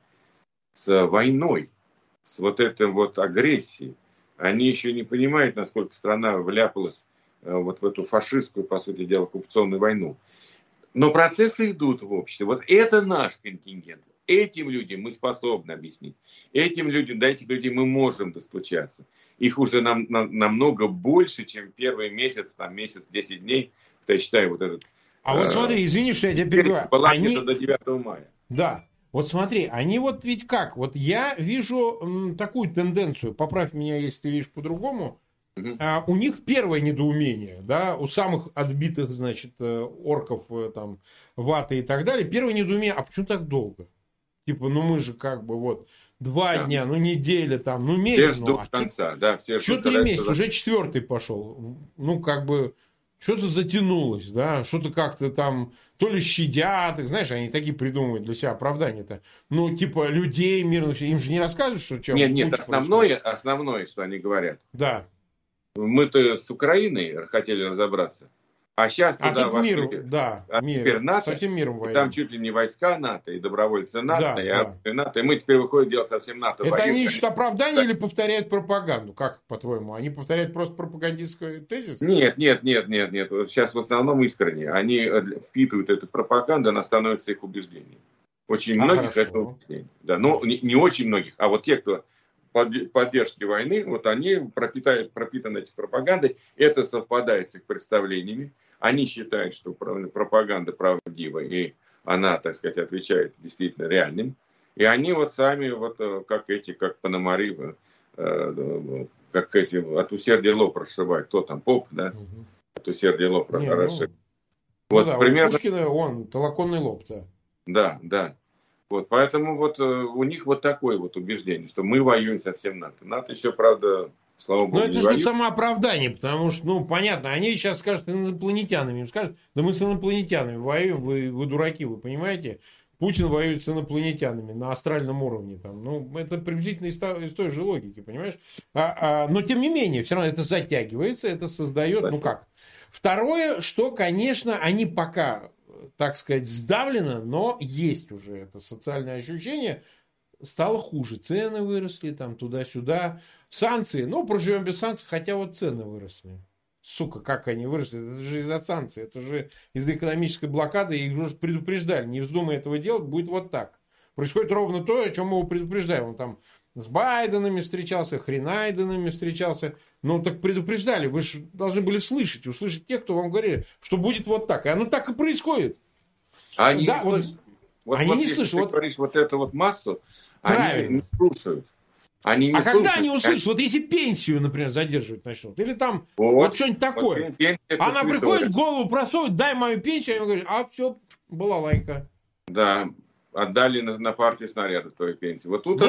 с войной, с вот этой вот агрессией. Они еще не понимают, насколько страна вляпалась вот в эту фашистскую, по сути дела, оккупационную войну. Но процессы идут в обществе. Вот это наш контингент. Этим людям мы способны объяснить. Этим людям, до этих людей мы можем достучаться. Их уже намного больше, чем первый месяц, там месяц, 10 дней. Я считаю, вот этот... А вот смотри, извини, что я тебя перебиваю. Они... до 9 мая. Да. Вот смотри, они вот ведь как? Вот я вижу такую тенденцию, поправь меня, если ты видишь по-другому. У них первое недоумение, да, у самых отбитых, значит, орков, там, ваты и так далее. Первое недоумение, а почему так долго? Типа, ну мы же как бы вот 2 дня, ну неделя там, ну месяц. Все ждут конца, да. Что 3 месяца, уже 4-й пошел. Ну как бы, что-то затянулось, да, что-то как-то там, то ли щадят, их, знаешь, они такие придумывают для себя оправдания-то. Ну типа людей мирных, им же не рассказывают, что... Нет, основное, что они говорят. Да. Мы-то с Украиной хотели разобраться. А сейчас туда вошли, мир, да, теперь НАТО, со всем миром там чуть ли не войска НАТО, и добровольцы НАТО, и НАТО, и мы теперь выходим делать совсем НАТО. Это воюют, они ищут оправдание или повторяют пропаганду? Как, по-твоему? Они повторяют просто пропагандистский тезис? Нет. Сейчас в основном искренне. Они впитывают эту пропаганду, она становится их убеждением. Очень многих это убеждение. Да, но не очень многих, а вот те, кто поддержки войны, вот они пропитаны этой пропагандой, это совпадает с их представлениями. Они считают, что пропаганда правдива, и она, так сказать, отвечает действительно реальным. И они вот сами, вот как Пономари, как эти, от усердия лоб расшибают. Кто там, поп, да? От усердия лоб расшибает. Вот, да, примерно... У Пушкина он толоконный лоб-то. Да. Вот, поэтому вот у них вот такое вот убеждение, что мы воюем со всем НАТО. НАТО еще, правда, слава богу, но это же не самооправдание, потому что, ну, понятно, они сейчас скажут инопланетянами, им скажут, да мы с инопланетянами воюем, вы дураки, вы понимаете? Путин воюет с инопланетянами на астральном уровне. Там. Ну, это приблизительно из той же логики, понимаешь? Но, тем не менее, все равно это затягивается, это создает, ну как. Второе, что, конечно, они пока, так сказать, сдавлено, но есть уже это социальное ощущение, стало хуже. Цены выросли, там, туда-сюда. Санкции, ну, проживем без санкций, хотя вот цены выросли. Сука, как они выросли? Это же из-за санкций, это же из-за экономической блокады, их уже предупреждали. Не вздумай этого делать, будет вот так. Происходит ровно то, о чем мы его предупреждаем. Он там с Байденами встречался, Хренайденами встречался. Ну, так предупреждали. Вы же должны были услышать тех, кто вам говорили, что будет вот так. И оно так и происходит. А они да, вот, Они не слышат. Ты говоришь вот эту вот массу, Правильно. Они не слушают. Они не когда они услышат? Вот если пенсию, например, задерживать начнут, или там вот что-нибудь такое. Она приходит, голову просовывает, дай мою пенсию, они говорят, а все, балалайка. Да, отдали на партию снарядов твою пенсию. Вот тут,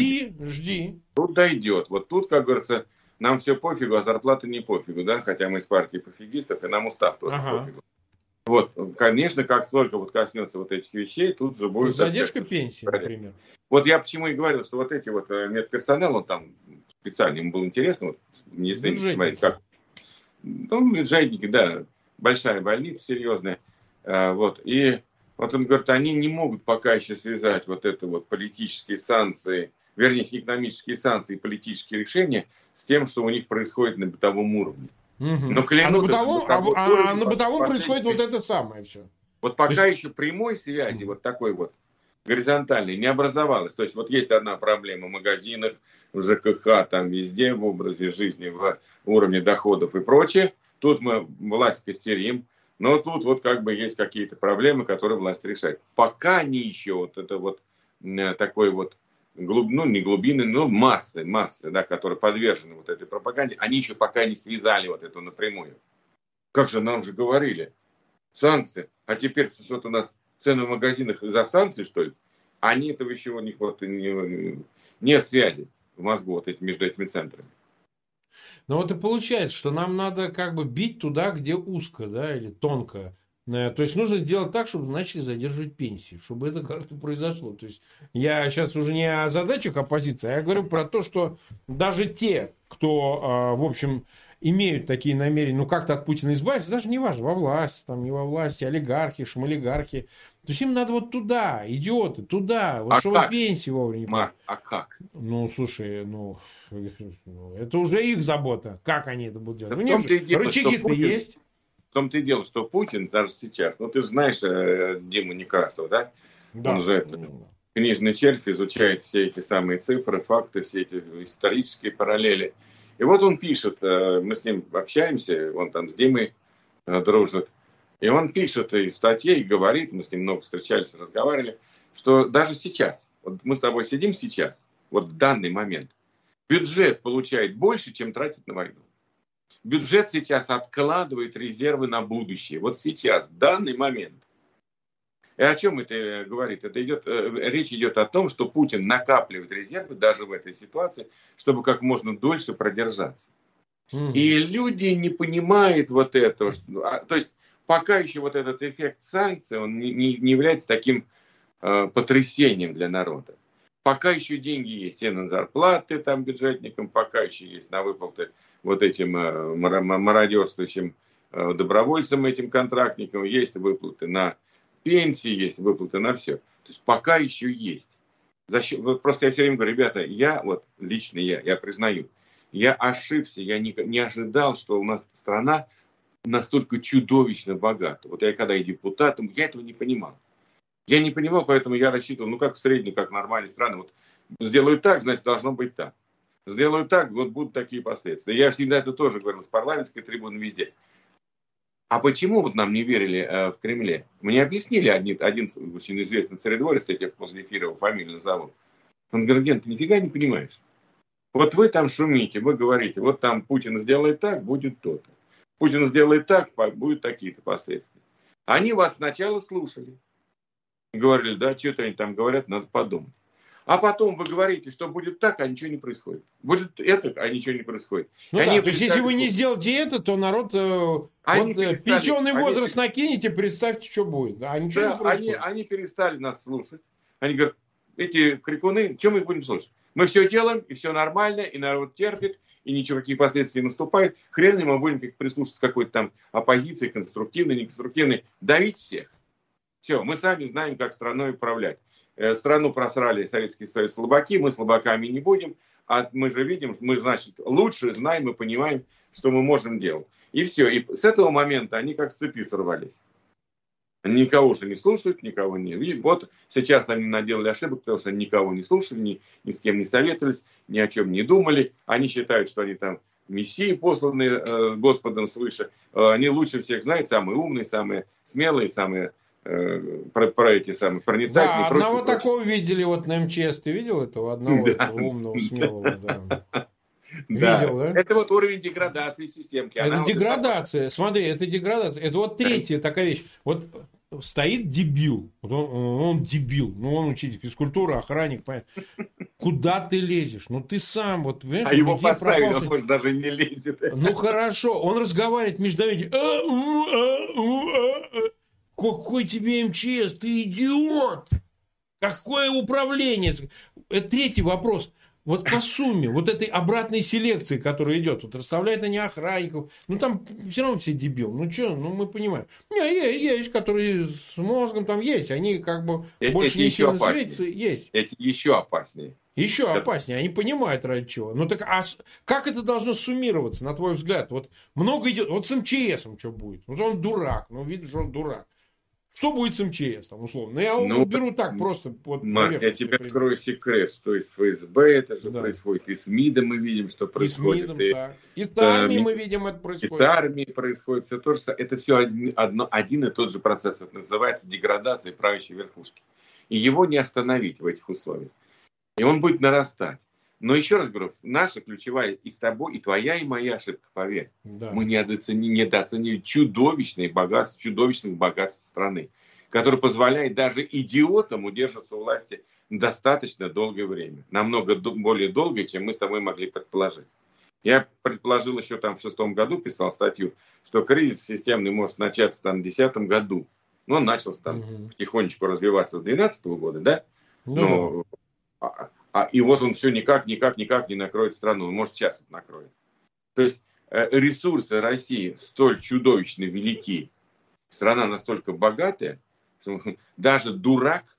жди. Тут дойдет. Вот тут, как говорится, нам все пофигу, а зарплата не пофигу, да, хотя мы из партии пофигистов, и нам устав тоже пофигу. Вот, конечно, как только вот коснется вот этих вещей, тут же будет... Задержка пенсии, например. Вот я почему и говорил, что вот эти вот медперсонал, он там специально, ему было интересно, вот медицинский, смотреть, как... Ну, бюджетники, да, большая больница, серьезная, вот, и вот он говорит, они не могут пока еще связать вот это вот политические санкции, вернее, экономические санкции и политические решения с тем, что у них происходит на бытовом уровне. Но клянут, на бытовом происходит вот это самое все. Вот пока еще прямой связи, вот такой вот горизонтальной, не образовалось. То есть вот есть одна проблема в магазинах, в ЖКХ, там везде, в образе жизни, в уровне доходов и прочее. Тут мы власть костерим, но тут вот как бы есть какие-то проблемы, которые власть решает. Пока они еще вот это вот такой вот не глубины, но массы, да, которые подвержены вот этой пропаганде, они еще пока не связали вот это напрямую. Как же нам же говорили, санкции, а теперь вот у нас цены в магазинах из-за санкций, что ли? Они этого еще у них вот нет связи в мозгу вот между этими центрами. Ну вот и получается, что нам надо как бы бить туда, где узко, да, или тонко. То есть нужно сделать так, чтобы начали задерживать пенсии, чтобы это как-то произошло. То есть я сейчас уже не о задачах оппозиции, а я говорю про то, что даже те, кто, в общем, имеют такие намерения, ну как-то от Путина избавиться, даже не важно, во власти, там не во власти, олигархи, шмолигархи. То есть им надо вот туда, идиоты, туда, вот чтобы пенсии вовремя. Марк, а как? Ну, слушай, это уже их забота, как они это будут делать. У них рычаги-то есть. В том-то и дело, что Путин даже сейчас, ну ты же знаешь Диму Некрасова, да? Да. Он же книжный червь, изучает все эти самые цифры, факты, все эти исторические параллели. И вот он пишет, мы с ним общаемся, он там с Димой дружит, и он пишет и в статье, и говорит, мы с ним много встречались, разговаривали, что даже сейчас, вот мы с тобой сидим сейчас, вот в данный момент, бюджет получает больше, чем тратит на войну. Бюджет сейчас откладывает резервы на будущее. Вот сейчас, в данный момент. И о чем это говорит? Речь идет о том, что Путин накапливает резервы даже в этой ситуации, чтобы как можно дольше продержаться. И люди не понимают вот этого. То есть пока еще вот этот эффект санкций, он не является таким потрясением для народа. Пока еще деньги есть и на зарплаты там бюджетникам, пока еще есть на выплаты вот этим мародерствующим добровольцам, этим контрактникам, есть выплаты на пенсии, есть выплаты на все. То есть пока еще есть. Просто я все время говорю, ребята, лично я признаю, я ошибся, я не ожидал, что у нас страна настолько чудовищно богата. Вот я когда и депутатом, я этого не понимал. Я не понимал, поэтому я рассчитывал, как в среднем, как нормальные страны, вот сделают так, значит, должно быть так. Сделают так, вот будут такие последствия. Я всегда это тоже говорил с парламентской трибуны везде. А почему нам не верили в Кремле? Мне объяснили один очень известный царедворец, я тебе после эфира его фамилию назову. Он говорит, Ген, ты нифига не понимаешь. Вот вы там шумите, вы говорите, вот там Путин сделает так, будет то-то. Путин сделает так, будут такие-то последствия. Они вас сначала слушали. Говорили, да, что-то они там говорят, надо подумать. А потом вы говорите, что будет так, а ничего не происходит. Будет это, а ничего не происходит. То есть, если вы не сделаете это, то народ пенсионный возраст накинете, представьте, что будет. А ничего не происходит. Они перестали нас слушать. Они говорят, эти крикуны, чем мы их будем слушать? Мы все делаем, и все нормально, и народ терпит, и ничего, какие последствия наступают. Хрен ли мы будем прислушаться к какой-то там оппозиции, конструктивной, неконструктивной, давить всех. Все, мы сами знаем, как страной управлять. Страну просрали Советский Союз слабаки, мы слабаками не будем, а мы же видим, мы, значит, лучше знаем и понимаем, что мы можем делать. И все, и с этого момента они как с цепи сорвались. Никого же не слушают, никого не видят. Вот сейчас они наделали ошибок, потому что никого не слушали, ни с кем не советовались, ни о чем не думали. Они считают, что они там мессии, посланные Господом свыше. Они лучше всех знают, самые умные, самые смелые, самые про эти самые проницательные. Да, одного такого видели вот на МЧС. Ты видел этого? Одного этого умного, смелого, да. Видел, да? Это вот уровень деградации системки. Это деградация. Смотри, это деградация. Это вот третья такая вещь. Вот стоит дебил. Вот он дебил. Ну, он учитель физкультуры, охранник. Понятно. Куда ты лезешь? Ну, ты сам. Вот, а его поставили, он может даже не лезет. Ну, хорошо. Он разговаривает между Какой тебе МЧС? Ты идиот! Какое управление? Это третий вопрос. Вот по сумме, вот этой обратной селекции, которая идет, вот расставляют они охранников, ну там все равно все дебил. Ну что, ну мы понимаем. Есть, которые с мозгом там есть, они как бы больше не сильно светятся, есть. Эти еще опаснее. Еще опаснее, они понимают ради чего. Ну так, а как это должно суммироваться, на твой взгляд? Вот много идет, вот с МЧСом что будет? Вот он дурак, ну видно, что он дурак. Что будет с МЧС, там, условно? Я беру так просто. Вот, я тебе открою секрет, что и с ФСБ это же происходит, и с МИДом мы видим, что происходит. И с МИДом, да. И с армией мы видим, это происходит. И с армией происходит все то же самое. Это все один и тот же процесс. Это называется деградация правящей верхушки. И его не остановить в этих условиях. И он будет нарастать. Но еще раз говорю, наша ключевая и с тобой, и твоя, и моя ошибка, поверь. Да. Мы недооценили чудовищных богатств страны, который позволяет даже идиотам удерживаться у власти достаточно долгое время. Намного более долгое, чем мы с тобой могли предположить. Я предположил еще там в 2006 году, писал статью, что кризис системный может начаться там в 2010 году. Но он начался там потихонечку развиваться с 2012 года, да? Но... И вот он все никак не накроет страну. Может, сейчас это накроет. То есть ресурсы России столь чудовищно велики, страна настолько богатая, что даже дурак,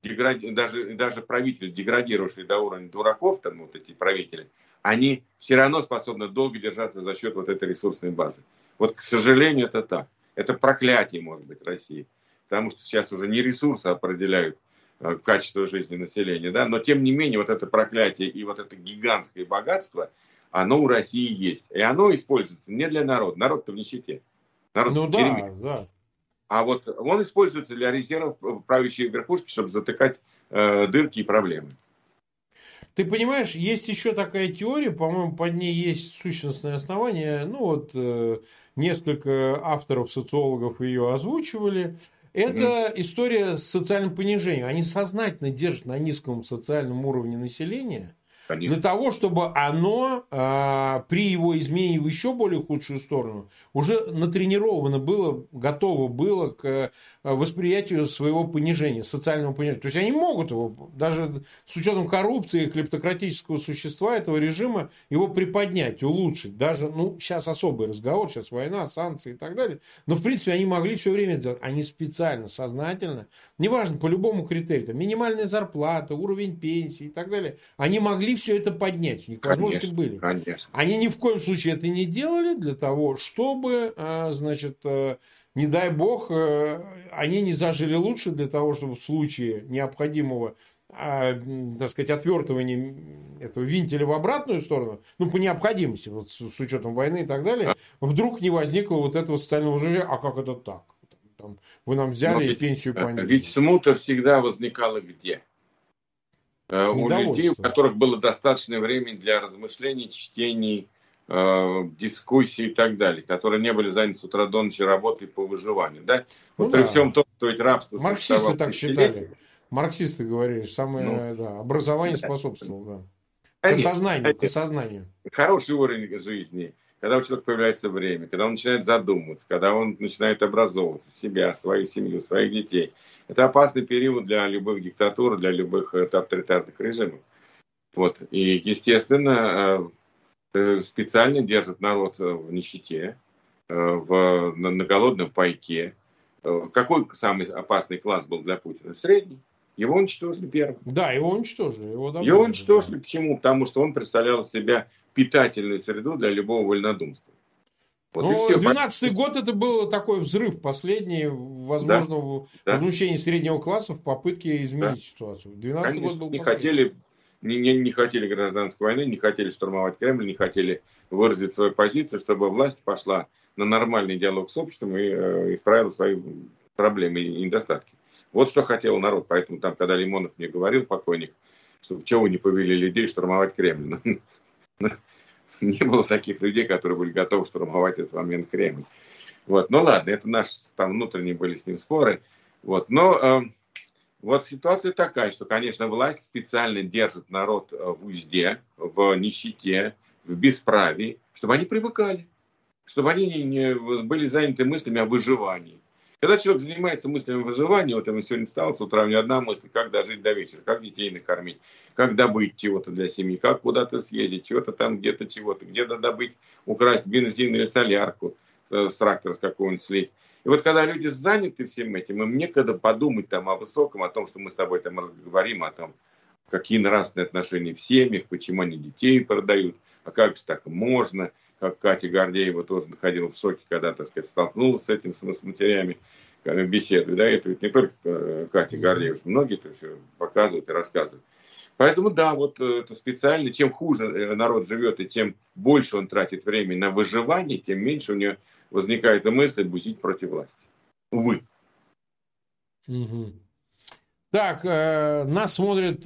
даже правитель, деградировавший до уровня дураков, там вот эти правители, они все равно способны долго держаться за счет вот этой ресурсной базы. Вот, к сожалению, это так. Это проклятие, может быть, России. Потому что сейчас уже не ресурсы определяют качество жизни населения, да, но тем не менее вот это проклятие и вот это гигантское богатство, оно у России есть. И оно используется не для народа. Народ-то в нищете. Народ да. А вот он используется для резервов правящей верхушки, чтобы затыкать дырки и проблемы. Ты понимаешь, есть еще такая теория, по-моему, под ней есть сущностное основание. Ну вот несколько авторов, социологов ее озвучивали. Это история с социальным понижением. Они сознательно держат на низком социальном уровне населения. Конечно. Для того, чтобы оно при его изменении в еще более худшую сторону уже натренировано было, готово было к восприятию своего понижения, социального понижения. То есть они могут его, даже с учетом коррупции, клептократического существа этого режима, его приподнять, улучшить. Даже, ну, сейчас особый разговор, сейчас война, санкции и так далее. Но, в принципе, они могли все время это делать. Они специально, сознательно, неважно, по любому критерию, там, минимальная зарплата, уровень пенсии и так далее, они могли все это поднять. У них возможности были. Конечно. Они ни в коем случае это не делали для того, чтобы, значит, не дай бог, они не зажили лучше для того, чтобы в случае необходимого, так сказать, отвертывания этого винтеля в обратную сторону, ну, по необходимости, вот с учетом войны и так далее, вдруг не возникло вот этого социального возражения. А как это так? Там, вы нам взяли и пенсию понизили. Ведь смута всегда возникала где? У людей, у которых было достаточно времени для размышлений, чтений, дискуссий и так далее, которые не были заняты с утра до ночи работой по выживанию. Да? Ну, вот да. При всем том, что ведь рабство... Марксисты так считали. Марксисты говорили, самое образование способствовало. Да. К сознанию. Хороший уровень жизни, когда у человека появляется время, когда он начинает задумываться, когда он начинает образовываться, себя, свою семью, своих детей. Это опасный период для любых диктатур, для любых авторитарных режимов. Вот. И, естественно, специально держат народ в нищете, на голодном пайке. Какой самый опасный класс был для Путина? Средний. Его уничтожили первым. Да, его уничтожили. Его уничтожили. Да. Почему? Потому что он представлял из себя питательную среду для любого вольнодумства. Вот ну, 12-й год это был такой взрыв последний, возможно, возмущение среднего класса в попытке изменить ситуацию. 12-й год был последний. Не хотели гражданской войны, не хотели штурмовать Кремль, не хотели выразить свою позицию, чтобы власть пошла на нормальный диалог с обществом и исправила свои проблемы и недостатки. Вот что хотел народ. Поэтому там, когда Лимонов мне говорил, покойник, что чего вы не повели людей штурмовать Кремль. Не было таких людей, которые были готовы штурмовать в этот момент Кремль. Вот. Ну ладно, это наши там внутренние были с ним споры. Вот. Но вот ситуация такая, что, конечно, власть специально держит народ в узде, в нищете, в бесправии, чтобы они привыкали, чтобы они не были заняты мыслями о выживании. Когда человек занимается мыслями о выживании, вот я сегодня встал с утра, у меня одна мысль, как дожить до вечера, как детей накормить, как добыть чего-то для семьи, как куда-то съездить, чего-то там, где-то чего-то, где-то добыть, украсть бензин или солярку с трактора с какого-нибудь слить. И вот когда люди заняты всем этим, им некогда подумать там о высоком, о том, что мы с тобой там говорим, о том, какие нравственные отношения в семьях, почему они детей продают, а как же так можно, как Катя Гордеева тоже находилась в шоке, когда, так сказать, столкнулась с этим, с матерями беседы. Да, это ведь не только Катя Гордеева, многие это все показывают и рассказывают. Поэтому да, вот это специально, чем хуже народ живет и чем больше он тратит время на выживание, тем меньше у него возникает мысль бузить против власти. Увы. Угу. Так, нас смотрит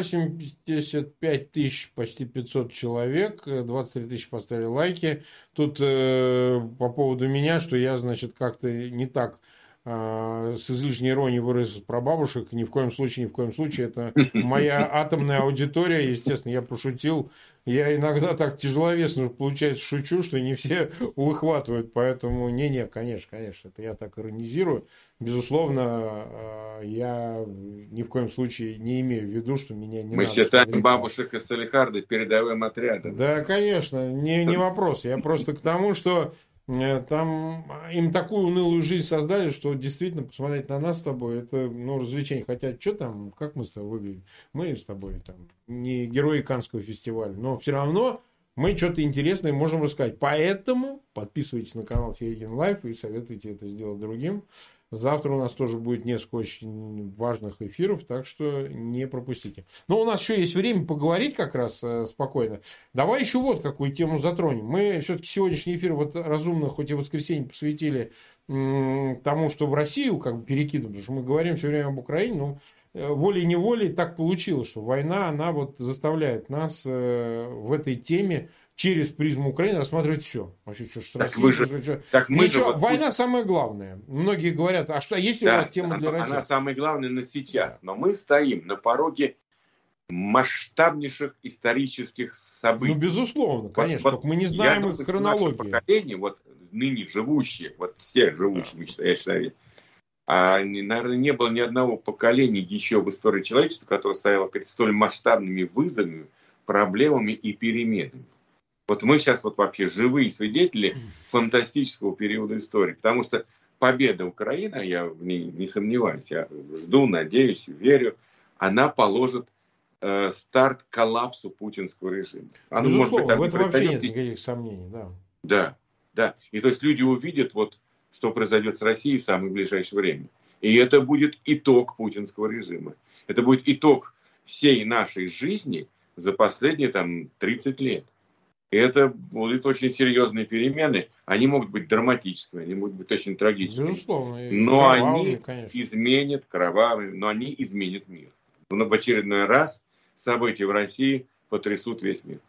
85 тысяч, почти 500 человек, 23 тысячи поставили лайки. Тут по поводу меня, что я, значит, как-то не так с излишней иронией вырос про бабушек. Ни в коем случае, это моя атомная аудитория. Естественно, я пошутил. Я иногда так тяжеловесно, получается, шучу, что не все выхватывают. Поэтому, конечно, это я так иронизирую. Безусловно, я ни в коем случае не имею в виду, что меня не Мы надо считаем смотреть. бабушек из Салехарда передовым отрядом. Да, конечно, не вопрос. Я просто к тому, что там им такую унылую жизнь создали, что действительно посмотреть на нас с тобой, это развлечение. Хотя, что там, как мы с тобой выглядим? Мы с тобой там не герои Каннского фестиваля, но все равно мы что-то интересное можем рассказать. Поэтому подписывайтесь на канал Фейгин Лайф и советуйте это сделать другим. Завтра у нас тоже будет несколько очень важных эфиров, так что не пропустите. Но у нас еще есть время поговорить как раз спокойно. Давай еще вот какую тему затронем. Мы все-таки сегодняшний эфир вот разумно, хоть и воскресенье, посвятили тому, что в Россию как бы перекидываем, потому что мы говорим все время об Украине, но волей-неволей так получилось, что война, она вот заставляет нас в этой теме через призму Украины рассматривать все. Вообще, что с Россией. Война самое главное. Многие говорят, а что, есть ли у вас тема для России? Она самое главное на сейчас. Но мы стоим на пороге масштабнейших исторических событий. Безусловно, конечно. Мы не знаем их хронологии. Наше поколение, вот ныне живущие, вот все живущие, я считаю, наверное, не было ни одного поколения еще в истории человечества, которое стояло перед столь масштабными вызовами, проблемами и переменами. Вот мы сейчас вот вообще живые свидетели фантастического периода истории, потому что победа Украины, я в ней не сомневаюсь, я жду, надеюсь, верю, она положит старт коллапсу путинского режима. Оно, безусловно, может быть, в этом вообще нет никаких сомнений. Да. И то есть люди увидят, вот, что произойдет с Россией в самое ближайшее время. И это будет итог путинского режима. Это будет итог всей нашей жизни за последние 30 лет. И это будут очень серьезные перемены. Они могут быть драматическими, они могут быть очень трагическими. Безусловно. Но они изменят, кровавыми, но они изменят мир. Но в очередной раз события в России потрясут весь мир.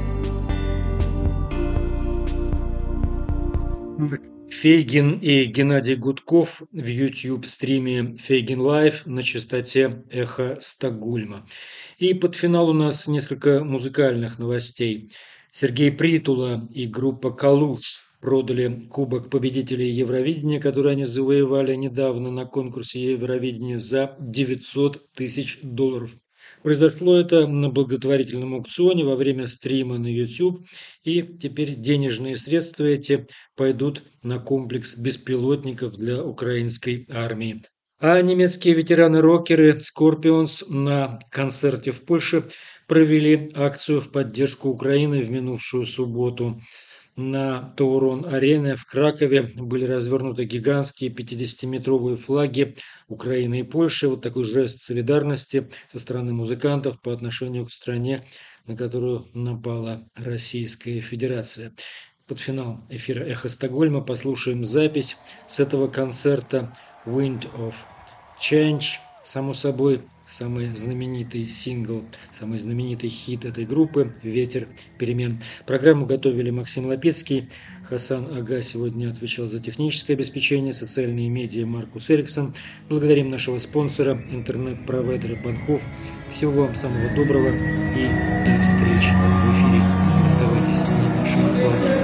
Фейгин и Геннадий Гудков в YouTube-стриме Фейгин Лайв на частоте «Эхо Стокгольма». И под финал у нас несколько музыкальных новостей. Сергей Притула и группа «Калуш» продали Кубок победителей Евровидения, который они завоевали недавно на конкурсе Евровидения, за $900 тысяч. Произошло это на благотворительном аукционе во время стрима на YouTube, и теперь денежные средства эти пойдут на комплекс беспилотников для украинской армии. А немецкие ветераны-рокеры Scorpions на концерте в Польше провели акцию в поддержку Украины в минувшую субботу. На Таурон-арене в Кракове были развернуты гигантские 50-метровые флаги Украины и Польши. Вот такой жест солидарности со стороны музыкантов по отношению к стране, на которую напала Российская Федерация. Под финал эфира «Эхо Стокгольма» послушаем запись с этого концерта. Wind of Change. Само собой, самый знаменитый сингл, самый знаменитый хит этой группы «Ветер перемен». Программу готовили Максим Лапецкий, Хасан Ага сегодня отвечал за техническое обеспечение, социальные медиа Маркус Эриксон. Благодарим нашего спонсора, интернет-провайдера Банхоф. Всего вам самого доброго и до встречи в эфире. Оставайтесь на нашей волне.